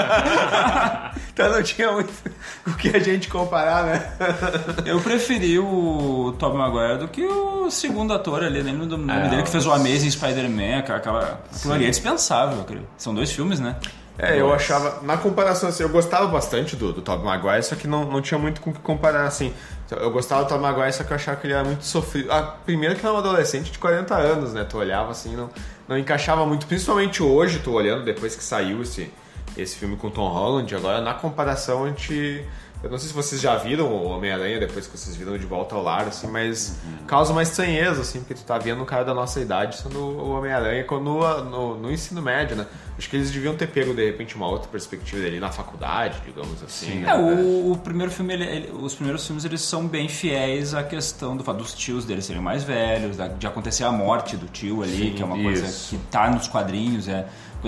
era... Então não tinha muito o que a gente comparar, né? Eu preferi o Tobey Maguire do que o segundo ator ali, lembro do nome é, dele, que fez o Amazing Spider-Man, aquela... Aquilo ali é dispensável, eu creio. São dois filmes, né? É, eu achava, na comparação assim, eu gostava bastante do, do Tobey Maguire, só que não, não tinha muito com o que comparar, assim. Eu gostava do Tobey Maguire, só que eu achava que ele era muito sofrido. Ah, primeiro que ele era um adolescente de quarenta anos, né? Tu olhava assim, não, não encaixava muito. Principalmente hoje, tu olhando, depois que saiu esse, esse filme com Tom Holland, agora na comparação a gente... Eu não sei se vocês já viram o Homem-Aranha depois que vocês viram De Volta ao Lar, assim, mas uhum. causa uma estranheza, assim, porque tu tá vendo um cara da nossa idade sendo o Homem-Aranha no, no, no ensino médio, né? Acho que eles deviam ter pego, de repente, uma outra perspectiva dele na faculdade, digamos assim. Né? É, o, o primeiro filme, ele, ele, os primeiros filmes, eles são bem fiéis à questão do, dos tios deles serem mais velhos, da, de acontecer a morte do tio ali, Sim, que é uma isso. coisa que tá nos quadrinhos, é...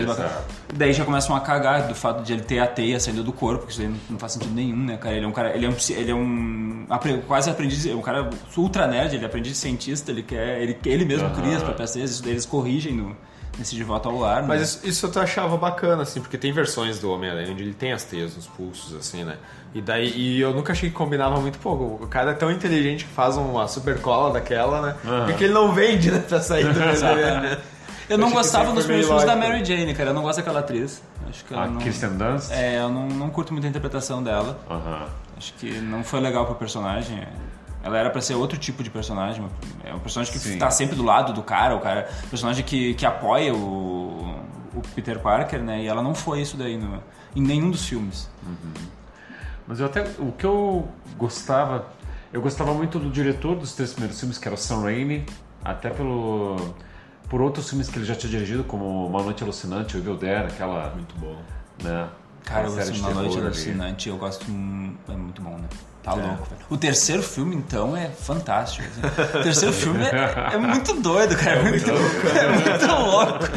Daí já começam a cagar do fato de ele ter a teia saindo do corpo, que isso aí não faz sentido nenhum, né, cara? Ele é um cara, ele é um, ele é um quase aprendiz, um cara ultra nerd, ele é aprendiz de cientista, ele quer, ele, ele mesmo uhum. cria as próprias teias, isso daí eles corrigem no, nesse De Volta ao Lar. Mas né? isso, isso eu achava bacana, assim, porque tem versões do Homem-Aranha onde ele tem as teias nos pulsos, assim, né? E daí, e eu nunca achei que combinava muito pouco. O cara é tão inteligente que faz uma super cola daquela, né? Uhum. Porque ele não vende, né, pra sair do Homem-Aranha, né? Eu não gostava dos primeiros filmes da Mary Jane, cara. Eu não gosto daquela atriz. Acho que a não... Kirsten Dunst? É, eu não, não curto muito a interpretação dela. Uhum. Acho que não foi legal pro personagem. Ela era pra ser outro tipo de personagem. É um personagem que Sim. tá sempre do lado do cara. O cara um personagem que, que apoia o, o Peter Parker, né? E ela não foi isso daí no, em nenhum dos filmes. Uhum. Mas eu até... O que eu gostava... Eu gostava muito do diretor dos três primeiros filmes, que era o Sam Raimi. Até pelo... Por outros filmes que ele já tinha dirigido, como Uma Noite Alucinante, o Evil Dead, aquela... Muito bom. Né? Cara, Uma Noite Alucinante, eu gosto... É muito bom, né? Tá é. louco, velho. O terceiro filme, então, é fantástico. Assim. O terceiro filme é, é muito doido, cara. É muito, é muito louco.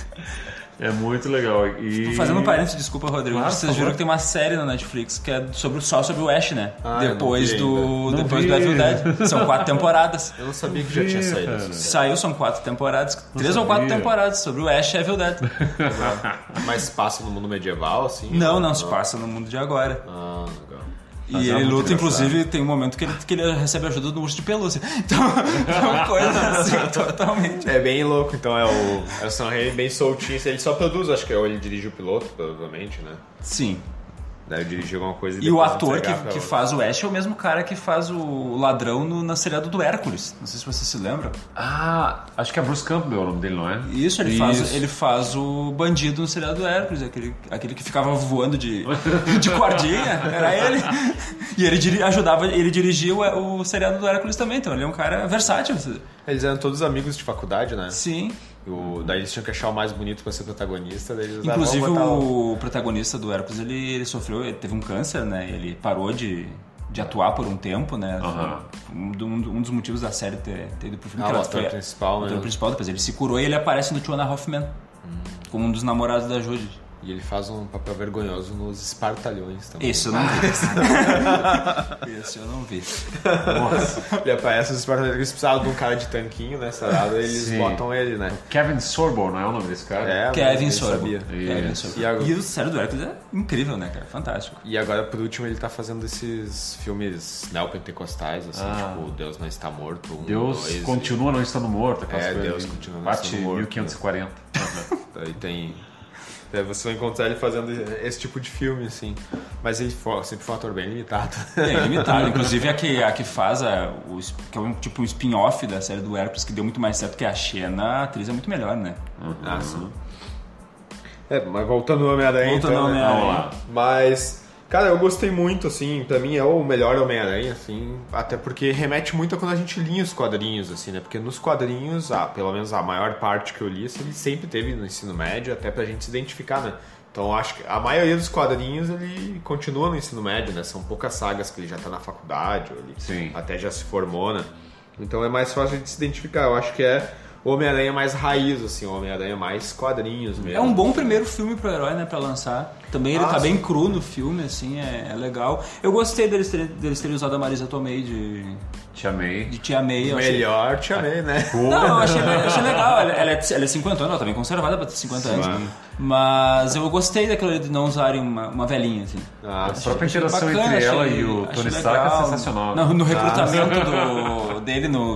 É muito legal. E... Fazendo um parênteses, desculpa, Rodrigo. Claro, vocês viram que tem uma série na Netflix que é sobre, só sobre o Ash, né? Ah, depois do, não depois vi. do Evil Dead. São quatro temporadas. Eu não sabia que já tinha saído. Cara. Saiu, são quatro temporadas. Não três sabia. ou quatro temporadas sobre o Ash e Evil Dead. Mas passa no mundo medieval, assim? Não, não, não se passa no mundo de agora. Ah, legal. E Mas ele é luta, inclusive, tem um momento que ele, que ele recebe ajuda do urso de pelúcia. Então, é uma coisa assim, totalmente. É bem louco, então é o, é o Sam Raimi bem soltinho. Ele só produz, acho que ou ele dirige o piloto, provavelmente, né? Sim. Deve dirigir alguma coisa e E o ator que, que faz o Ash é o mesmo cara que faz o ladrão no, na seriado do Hércules. Não sei se você se lembra. Ah, acho que é Bruce Campbell o nome dele, não é? Isso, ele, Isso. Faz, ele faz o bandido no seriado do Hércules, aquele, aquele que ficava voando de, de cordinha, era ele. E ele diri, ajudava, ele dirigia o, o seriado do Hércules também, então ele é um cara versátil. Eles eram todos amigos de faculdade, né? Sim. O, daí eles tinham que achar o mais bonito pra ser protagonista. Daí eles Inclusive botar o protagonista do Hércules, ele, ele sofreu, ele teve um câncer, né? Ele parou de, de atuar por um tempo, né? Uhum. Um, um dos motivos da série ter, ter ido pro filme. Ah, que o ela ator foi, principal, né? O ator principal, depois ele se curou e ele aparece no Two and a Half Men, hum. como um dos namorados da Judy. E ele faz um papel vergonhoso nos Espartalhões também. Esse eu não vi. Esse eu não vi. Nossa. Ele aparece nos Espartalhões, eles precisavam de um cara de tanquinho, né? Sarado, eles Sim. botam ele, né? Kevin Sorbo, não é o nome desse cara? É, Kevin Sorbo. Yes. Kevin Sorbo. E, agora... e o sério do Hércules é incrível, né, cara? Fantástico. E agora, por último, ele tá fazendo esses filmes neopentecostais, assim, ah. tipo Deus Não Está Morto. Um, Deus dois, continua e... não estando morto. É, Deus continua não estando morto. mil quinhentos e quarenta. Daí tem... É, você vai encontrar ele fazendo esse tipo de filme, assim. Mas ele foi, sempre foi um ator bem limitado. É, limitado. Inclusive a que, a que faz a, o, que é um tipo um spin-off da série do Hércules, que deu muito mais certo que a Xena, a atriz é muito melhor, né? Uhum. Ah, sim. É, mas voltando ao Homem-Aranha, voltando então, ao né? Homem-Aranha. Mas Cara, eu gostei muito, assim, pra mim é o melhor Homem-Aranha, assim, até porque remete muito a quando a gente lia os quadrinhos, assim, né? Porque nos quadrinhos, ah, pelo menos a maior parte que eu li, assim, ele sempre teve no ensino médio, até pra gente se identificar, né? Então acho que a maioria dos quadrinhos ele continua no ensino médio, né? São poucas sagas que ele já tá na faculdade, ou ele Sim. até já se formou, né? Então é mais fácil de se identificar. Eu acho que é o Homem-Aranha mais raiz, assim, o Homem-Aranha mais quadrinhos mesmo. É um bom primeiro filme pro herói, né, pra lançar. Também ele Ah, tá sim. bem cru no filme, assim, é, é legal. Eu gostei deles terem, deles terem usado a Marisa Tomei de, Te amei. de Tia May. Eu achei... Melhor te amei, né? Não, eu achei, eu achei legal. Ela, ela, é, ela é cinquenta anos, ela tá bem conservada pra ter cinquenta anos. Mas eu gostei daquilo de não usarem uma, uma velhinha, assim. Ah, A própria Achei interação bacana, entre ela achei- e o achei Tony legal. Stark é sensacional. No, no recrutamento do, dele no,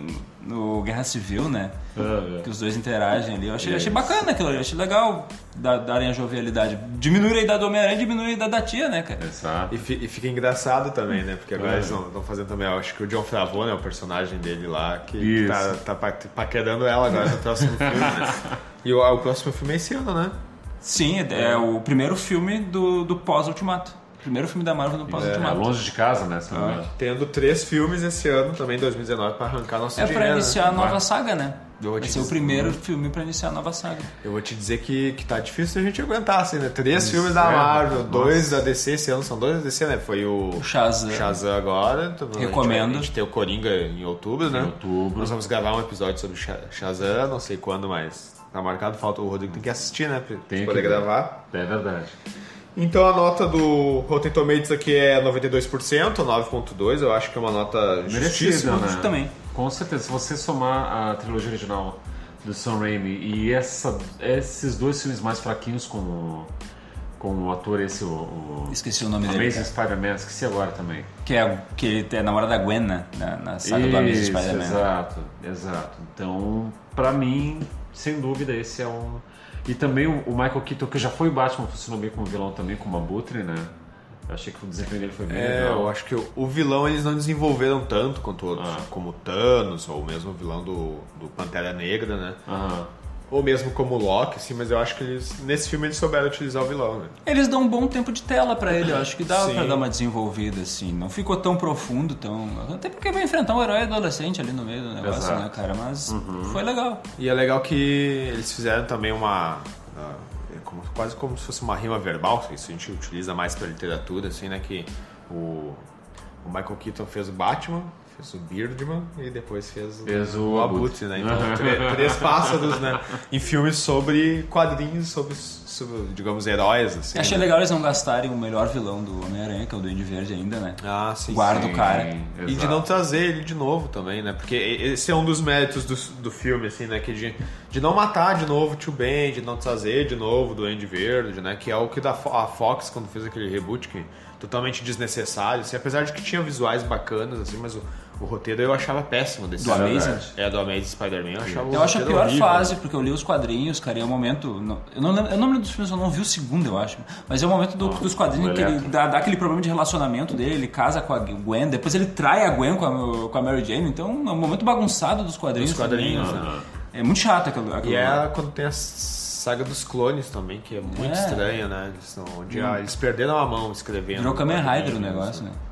no Guerra Civil, né? Ah, Que os dois interagem ali. Eu achei, Isso. achei bacana aquilo ali. Eu achei legal da- darem a jovialidade. Diminuir a idade do Homem-Aranha e diminuir a idade da tia, né, cara? Exato. E, fi- e fica engraçado também, né? Porque agora É. eles estão fazendo também, eu acho que o John Favreau, né? O personagem dele lá, que, que Isso. tá, tá pa- paquerando ela agora no próximo filme, né? E o, o próximo filme é esse ano, né? Sim, é, é o primeiro filme do, do pós-Ultimato. Primeiro filme da Marvel no É, pós-Ultimato. longe de casa, né? se não me engano. Tendo três filmes esse ano, também dois mil e dezenove, pra arrancar nosso É dinheiro. pra iniciar né? a nova saga, né? Eu vou Vai te ser o dizer- primeiro filme pra iniciar a nova saga. Eu vou te dizer que, que tá difícil a gente aguentar, assim, né? Três Isso, filmes da é, Marvel, nossa. dois da D C esse ano, são dois da D C, né? Foi o O Shazam. Shazam agora. então a gente vai- Recomendo. A gente tem o Coringa em outubro, né? Em outubro. Nós vamos gravar um episódio sobre Sha- Shazam, não sei quando, mas tá marcado. Falta o Rodrigo, tem que assistir, né? Pra Tem pra que poder ver. gravar. É verdade. Então a nota do Rotten Tomatoes aqui é noventa e dois por cento, nove ponto dois. Eu acho que é uma nota Merecida, justíssima. né? também. Com certeza. Se você somar a trilogia original do Sam Raimi e essa, esses dois filmes mais fraquinhos com o, com o ator esse, o, o Esqueci o nome dele. Amazing Spider-Man, esqueci agora também. Que é que ele é namorado da Gwen, né? Na, na saga do Amazing Isso, Spider-Man. exato, exato. Então, pra mim, sem dúvida, esse é um... E também o o Michael Keaton, que já foi o Batman, funcionou bem como vilão também, como Abutre, né? Eu achei que o desempenho dele foi bem É, legal. eu acho que o, o vilão eles não desenvolveram tanto quanto outros, Ah. como Thanos, ou mesmo o vilão do, do Pantera Negra, né? Aham. Ou mesmo como o Loki, assim, mas eu acho que eles, nesse filme eles souberam utilizar o vilão, né? Eles dão um bom tempo de tela pra ele, eu acho que dá Sim. pra dar uma desenvolvida, assim. Não ficou tão profundo, tão. Até porque vai enfrentar um herói adolescente ali no meio do negócio, Exato. né, cara? Mas foi legal. E é legal que eles fizeram também uma... ah, é como- quase como se fosse uma rima verbal, isso a gente utiliza mais pra literatura, assim, né? Que o, o Michael Keaton fez o Batman, fez o Birdman e depois fez, Fez o, o Abutre, né? Então, tre- três pássaros, né? Em filmes sobre quadrinhos, sobre, sobre digamos, heróis, assim. Achei né? legal eles não gastarem o melhor vilão do Homem-Aranha, que é o Duende Verde ainda, né? Ah, sim. Guarda sim. o cara. E de exato. não trazer ele de novo também, né? Porque esse é um dos méritos do, do filme, assim, né? Que de, de não matar de novo o Tio Ben, de não trazer de novo o Duende Verde, né? Que é o que da Fo- a Fox, quando fez aquele reboot, que totalmente desnecessário, assim, apesar de que tinha visuais bacanas, assim, mas o, o roteiro eu achava péssimo desse Do filme. Amazing? É, do Amazing Spider-Man, eu achava o Eu acho a roteiro pior horrível. fase, porque eu li os quadrinhos, cara, e é o momento. não- eu, não lembro, eu não lembro dos filmes, eu não vi o segundo, eu acho. Mas é o momento do- dos quadrinhos o que ele Electro. dá, dá aquele problema de relacionamento dele, ele casa com a Gwen, depois ele trai a Gwen com a, com a Mary Jane, então é um momento bagunçado dos quadrinhos. Dos quadrinhos, também, né? É muito chato aquilo. aquilo E é quando tem a saga dos clones também, que é muito É. estranha, né? Eles, são, onde ah, eles perderam a mão escrevendo. Virou Kamen Rider o quadrinhos, negócio, né?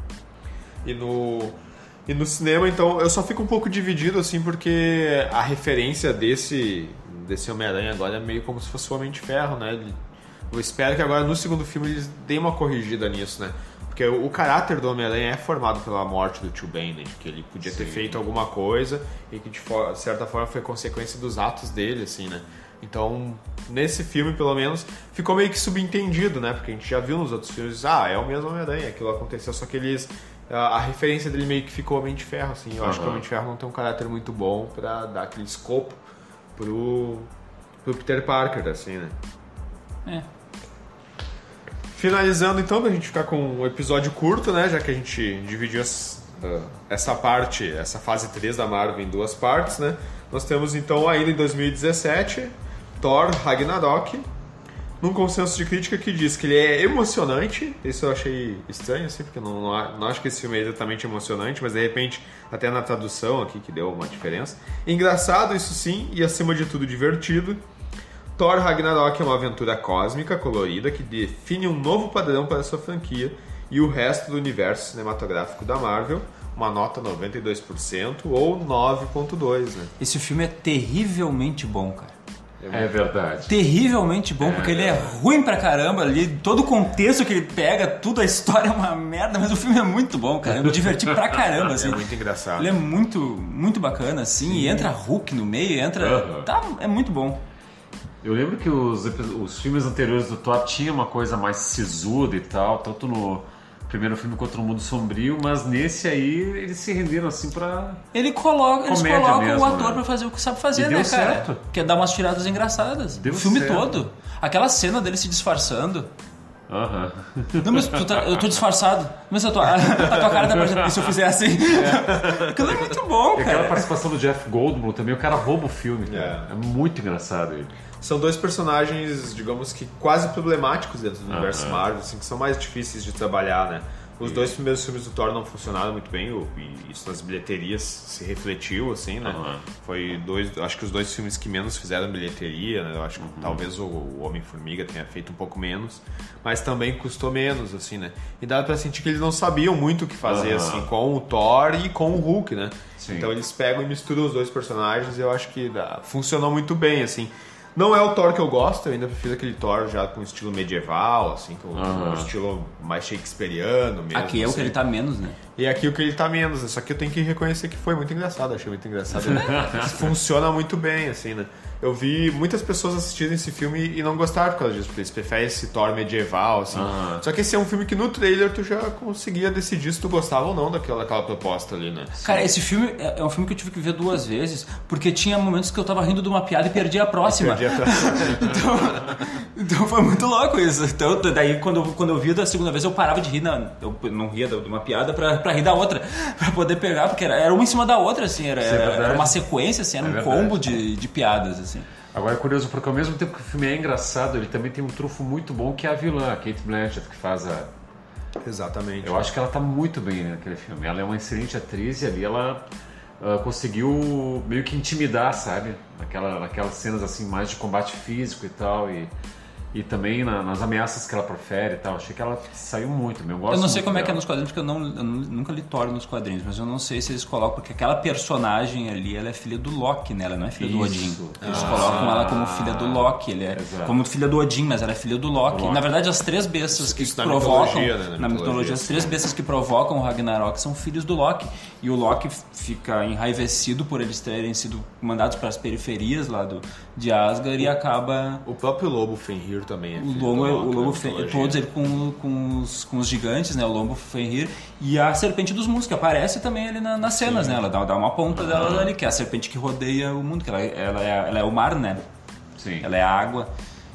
E no, e no cinema, então, eu só fico um pouco dividido, assim, porque a referência desse, desse Homem-Aranha agora é meio como se fosse o Homem de Ferro, né? Ele- eu espero que agora no segundo filme eles deem uma corrigida nisso, né? Porque o, o caráter do Homem-Aranha é formado pela morte do Tio Ben, né? Que ele podia ter feito alguma coisa e que de for- certa forma foi consequência dos atos dele, assim, né? Então, nesse filme, pelo menos, ficou meio que subentendido, né? Porque a gente já viu nos outros filmes, ah, é o mesmo Homem-Aranha, aquilo aconteceu, só que eles... A, a referência dele meio que ficou Homem de Ferro, assim. Eu acho que o Aham. Homem de Ferro não tem um caráter muito bom pra dar aquele escopo pro, pro Peter Parker, assim, né? É. Finalizando, então, pra gente ficar com um episódio curto, né? Já que a gente dividiu as- ah, essa parte, essa fase três da Marvel em duas partes, né? Nós temos, então, ainda em dois mil e dezessete, Thor Ragnarok, num consenso de crítica que diz que ele é emocionante. Isso eu achei estranho, assim, porque eu não, não, a- não acho que esse filme é exatamente emocionante, mas de repente, até na tradução aqui, que deu uma diferença. Engraçado, isso sim, e acima de tudo divertido. Thor Ragnarok é uma aventura cósmica colorida que define um novo padrão para sua franquia e o resto do universo cinematográfico da Marvel. Uma nota noventa e dois por cento ou nove vírgula dois por cento, né? Esse filme é terrivelmente bom, cara. É verdade. Terrivelmente bom, É, porque ele é é. ruim pra caramba ali, todo o contexto que ele pega, tudo, a história é uma merda, mas o filme é muito bom, cara. Eu me diverti pra caramba, assim. É muito engraçado. Ele é muito, muito bacana, assim, Sim. e entra Hulk no meio, entra... Uhum. Tá, é muito bom. Eu lembro que os, os filmes anteriores do Thor tinham uma coisa mais sisuda e tal, tanto no primeiro filme quanto no Mundo Sombrio, mas nesse aí eles se renderam assim pra... Ele coloca, eles comédia colocam mesmo, o ator né? pra fazer o que sabe fazer, E né, deu cara? certo. Que é dar umas tiradas engraçadas. Deu o filme certo. todo. Aquela cena dele se disfarçando. Aham. Não, mas tu tá- eu tô disfarçado. Mas a tua, a tua cara tá parecendo. E se eu fizer assim? É. Aquilo é muito bom, E aquela cara. participação do Jeff Goldblum também, o cara rouba o filme, cara. É. É muito engraçado ele. São dois personagens, digamos que quase problemáticos dentro do universo Aham. Marvel, assim, que são mais difíceis de trabalhar, né? Os dois primeiros filmes do Thor não funcionaram muito bem, o- e isso nas bilheterias se refletiu, assim, né? Aham. Foi dois, acho que os dois filmes que menos fizeram bilheteria, né? Eu acho que talvez o, o Homem-Formiga tenha feito um pouco menos, mas também custou menos, assim, né? E dá pra sentir que eles não sabiam muito o que fazer, Aham. assim, com o Thor e com o Hulk, né? Sim. Então eles pegam e misturam os dois personagens e eu acho que dá, funcionou muito bem, assim. Não é o Thor que eu gosto, eu ainda prefiro aquele Thor já com estilo medieval, assim, com Aham. um estilo mais shakespeariano mesmo. Aqui é o que assim. ele tá menos, né? E aqui o que ele tá menos, né? Só que eu tenho que reconhecer que foi muito engraçado, achei muito engraçado. Funciona muito bem, assim, né? Eu vi muitas pessoas assistirem esse filme e não gostaram por causa disso, porque eles preferem esse Thor medieval, assim. Aham. Só que esse é um filme que no trailer tu já conseguia decidir se tu gostava ou não daquela, daquela proposta ali, né? Cara, esse filme é é um filme que eu tive que ver duas vezes, porque tinha momentos que eu tava rindo de uma piada e perdi a próxima. Perdi a- Então, então foi muito louco isso. Então, daí quando eu, quando eu vi da segunda vez, eu parava de rir, na, eu não ria de uma piada pra, pra rir da outra, pra poder pegar, porque era, era uma em cima da outra, assim, era, Isso é era, verdade. era uma sequência, assim, era É um verdade. combo de, de piadas, assim. Agora é curioso, porque ao mesmo tempo que o filme é engraçado, ele também tem um trunfo muito bom, que é a vilã, a Kate Blanchett, que faz a... Exatamente. Eu acho que ela tá muito bem naquele filme. Ela é uma excelente atriz e ali ela ah, conseguiu meio que intimidar, sabe? Naquela, naquelas cenas assim mais de combate físico e tal. E, e também na- nas ameaças que ela profere e tal. Achei que ela saiu muito. Eu, gosto Eu não sei muito como é que é dela. nos quadrinhos, porque eu, não, eu nu- nunca li Thor nos quadrinhos, mas eu não sei se eles colocam, porque aquela personagem ali, ela é filha do Loki, né? Ela não é filha do Isso. Odin. Eles Ah. colocam ela como filha do Loki, ele é Exato. como filha do Odin, mas ela é filha do Loki. Loki. Na verdade, as três bestas que Isso na provocam, mitologia, né? Na na mitologia, mitologia, as três bestas que provocam o Ragnarok são filhos do Loki. E o Loki fica enraivecido por eles terem sido mandados para as periferias lá do, de Asgard e acaba... O próprio Lobo Fenrir também é O filho Lobo, do o Loki, Lobo na Fe- mitologia. todos ele com, com, os, com os gigantes, né? O Lobo Fenrir e a Serpente dos Mundos, que aparece também ali na- nas cenas, né? Ela dá, dá uma ponta dela ali, que é a serpente que rodeia o mundo, que ela, ela, é, ela é o mar, né? Sim. Ela é a água.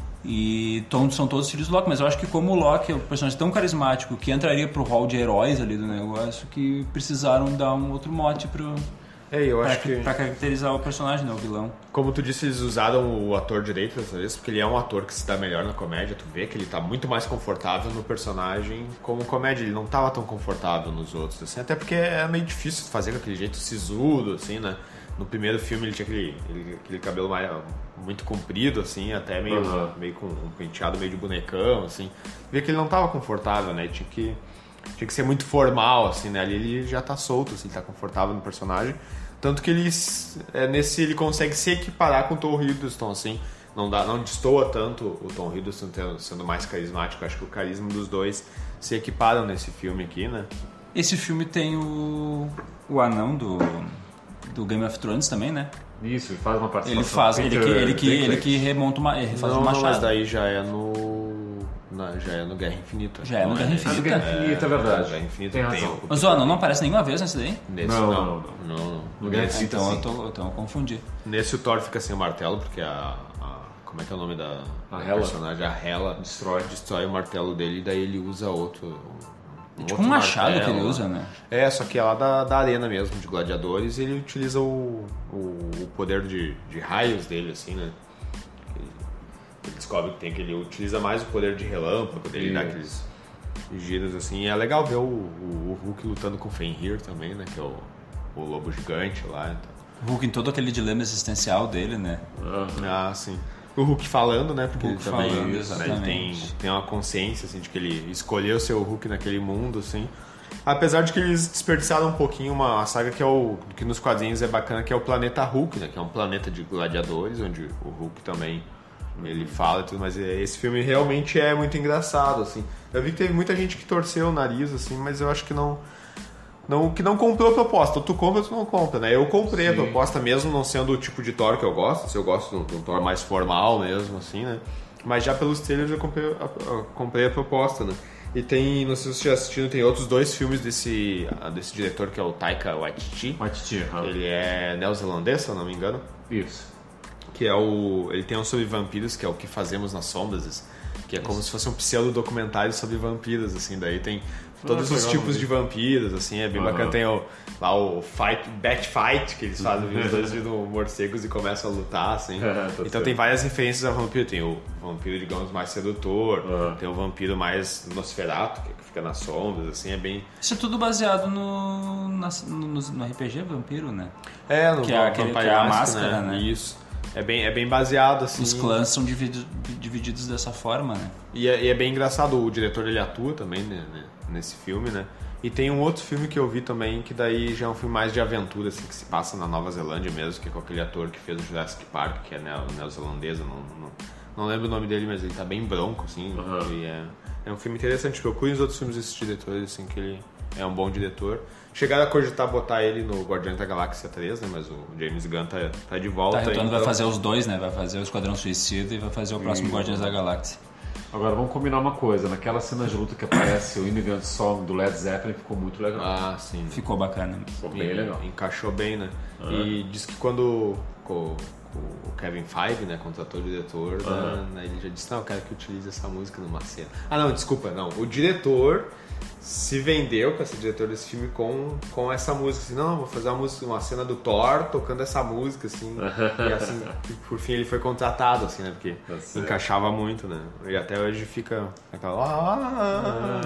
E tom- são todos filhos do Loki, mas eu acho que como o Loki é um personagem tão carismático que entraria pro hall de heróis ali do negócio, que precisaram dar um outro mote pro, É, eu pra, acho que... pra caracterizar o personagem, né? O vilão. Como tu disse, eles usaram o ator direito dessa vez, porque ele é um ator que se dá melhor na comédia. Tu vê que ele tá muito mais confortável no personagem como comédia. Ele não tava tão confortável nos outros, assim. Até porque é meio difícil fazer com aquele jeito sisudo, assim, né? No primeiro filme ele tinha aquele, ele- aquele cabelo mais, muito comprido, assim, até meio, Uhum. meio com um penteado meio de bonecão, assim. Vê que ele não tava confortável, né? Tinha que, tinha que ser muito formal, assim, né? Ali ele já tá solto, assim, tá confortável no personagem. Tanto que ele, é, nesse, ele consegue se equiparar com o Tom Hiddleston, assim. Não, dá, não destoa tanto o Tom Hiddleston tendo- sendo mais carismático. Acho que o carisma dos dois se equiparam nesse filme aqui, né? Esse filme tem o, o anão do, do Game of Thrones também, né? Isso, ele faz uma participação. Ele faz, ele que, Peter ele que, ele Dinklage. que remonta uma, ele faz não, um não, mas machado. daí já é no... na- já é no Guerra Infinita. Já é no Não Guerra nesse. Ah, do Guerra Infinita, é verdade. Guerra Infinita Tem tem, razão. o... Mas o anão não aparece nenhuma vez nesse daí? Nesse Não, não, não, não. não, No Guerra Nesse, Infinita, Então eu, sim. tô, então eu confundi. nesse o Thor fica sem o martelo, porque a... a- como é que é o nome da, A da Hela. personagem? A Hela Destrói. destrói o martelo dele e daí ele usa outro... um Tipo outro um machado que martelo. ele usa, né? É, só que é lá da, da arena mesmo, de gladiadores, e ele utiliza o, o, o poder de, de raios dele, assim, né? Ele, ele descobre que tem que ele utiliza mais o poder de relâmpago dele, dá Isso. aqueles giros, assim. E é legal ver o, o, o Hulk lutando com o Fenrir também, né? Que é o, o lobo gigante lá. Então. O Hulk em todo aquele dilema existencial dele, né? Ah, Ah, sim. o Hulk falando, né? Porque Hulk ele também falando, né, ele exatamente. tem, tem uma consciência, assim, de que ele escolheu ser o Hulk naquele mundo, assim. Apesar de que eles desperdiçaram um pouquinho uma saga que é o que nos quadrinhos é bacana, que é o planeta Hulk, né? Que é um planeta de gladiadores, onde o Hulk também ele fala e tudo, mas esse filme realmente é muito engraçado, assim. Eu vi que teve muita gente que torceu o nariz, assim, mas eu acho que não... Não, que não comprou a proposta. Ou tu compra ou tu não compra, né? Eu comprei Sim. a proposta mesmo, não sendo o tipo de Thor que eu gosto. Se eu gosto de um Thor mais formal mesmo, assim, né? Mas já pelos trailers eu comprei a, a, comprei a proposta, né? E tem, não sei se você já assistiu, tem outros dois filmes desse, desse diretor que é o Taika Waititi. Waititi, uhum. Ele é neozelandês, se eu não me engano. Isso. Que é o... Ele tem um sobre vampiros, que é o Que Fazemos nas Sombras, que é como Isso. se fosse um pseudo-documentário sobre vampiros, assim. Daí tem todos ah, os tipos mesmo. de vampiros, assim, é bem uhum. bacana. Tem o, lá o fight, Bat Fight, que eles fazem, os dois viram morcegos e começam a lutar, assim. então certo. Tem várias referências a vampiro. Tem o vampiro, digamos, mais sedutor, uhum. tem o vampiro mais Nosferatu, que fica nas sombras, assim, é bem... Isso é tudo baseado no, na, no, no R P G Vampiro, né? É, no que é, aquele, que é a máscara, né? né? Isso. É bem, é bem baseado, assim. Os clãs são divididos, divididos dessa forma, né? E é, e é bem engraçado, o diretor ele atua também, né, nesse filme, né? E tem um outro filme que eu vi também, que daí já é um filme mais de aventura, assim, que se passa na Nova Zelândia mesmo, que é com aquele ator que fez o Jurassic Park, que é neozelandês, não, não, não lembro o nome dele, mas ele tá bem bronco, assim. Uhum. E é, é um filme interessante, procure os outros filmes desses diretores, assim, que ele é um bom diretor. Chegaram a cogitar botar ele no Guardiões da Galáxia três, né? Mas o James Gunn tá, tá de volta. Tá, então então... vai fazer os dois, né? Vai fazer o Esquadrão Suicida e vai fazer o próximo e... Guardiões da Galáxia. Agora vamos combinar uma coisa. Naquela cena de luta que aparece o Immigrant Song do Led Zeppelin ficou muito legal. Ah, sim. Né? Ficou bacana. Ficou bem legal. Encaixou bem, né? Ah. E diz que quando o Kevin Feige, né, contratou o diretor, ah. né, ele já disse, não, eu quero que utilize essa música numa cena. Ah, não, desculpa, não. O diretor... se vendeu com esse diretor desse filme com, com essa música, assim, não, vou fazer uma música, uma cena do Thor tocando essa música, assim, e assim, por fim ele foi contratado, assim, né, porque tá encaixava muito, né, e até hoje fica aquela, ah,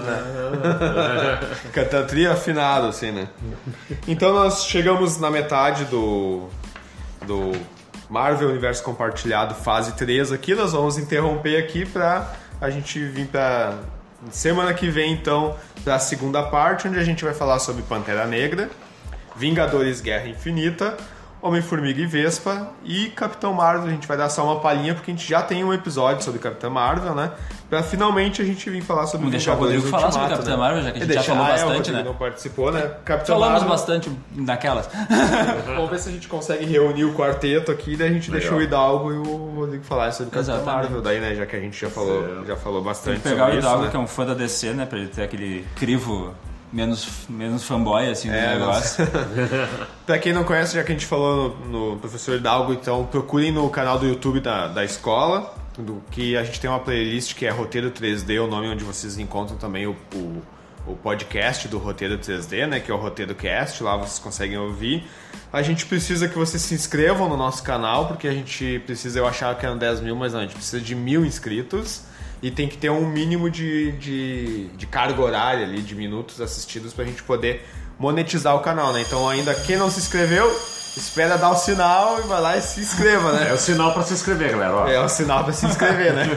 né? Cantando trio afinado, assim, né. Então nós chegamos na metade do, do Marvel Universo Compartilhado fase três aqui, nós vamos interromper aqui pra a gente vir pra... Semana que vem, então, para a segunda parte, onde a gente vai falar sobre Pantera Negra, Vingadores Guerra Infinita, Homem-Formiga e Vespa e Capitão Marvel. A gente vai dar só uma palhinha, porque a gente já tem um episódio sobre Capitão Marvel, né? Pra finalmente a gente vir falar sobre Vamos deixar o Rodrigo falar Ultimato, sobre Capitão né? Marvel, já que a gente já falou ah, bastante, é, o né? não participou, né? Capitão Falamos Marvel... bastante daquelas. Vamos ver se a gente consegue reunir o quarteto aqui, daí a gente Legal. deixa o Hidalgo e o Rodrigo falar sobre Capitão Exatamente. Marvel, daí, né? Já que a gente já falou, já falou bastante sobre isso. Tem que pegar o Hidalgo, né? que é um fã da D C, né? Pra ele ter aquele crivo... Menos, menos fanboy, assim, no é, negócio. Pra quem não conhece, já que a gente falou no, no Professor Hidalgo, então procurem no canal do YouTube da, da escola, do, que a gente tem uma playlist que é Roteiro três D, o nome onde vocês encontram também o, o, o podcast do Roteiro três D, né, que é o Roteiro Cast, lá vocês conseguem ouvir. A gente precisa que vocês se inscrevam no nosso canal, porque a gente precisa, eu achava que eram dez mil, mas não, a gente precisa de mil inscritos. E tem que ter um mínimo de, de, de carga horária ali, de minutos assistidos pra gente poder monetizar o canal, né? Então ainda quem não se inscreveu, espera dar o sinal e vai lá e se inscreva, né? É o sinal pra se inscrever, galera. Ó. É o sinal pra se inscrever, né?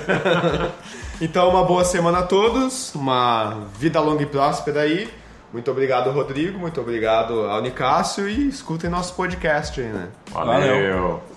Então uma boa semana a todos, uma vida longa e próspera aí. Muito obrigado, Rodrigo, muito obrigado ao Nicásio e escutem nosso podcast aí, né? Valeu! Valeu.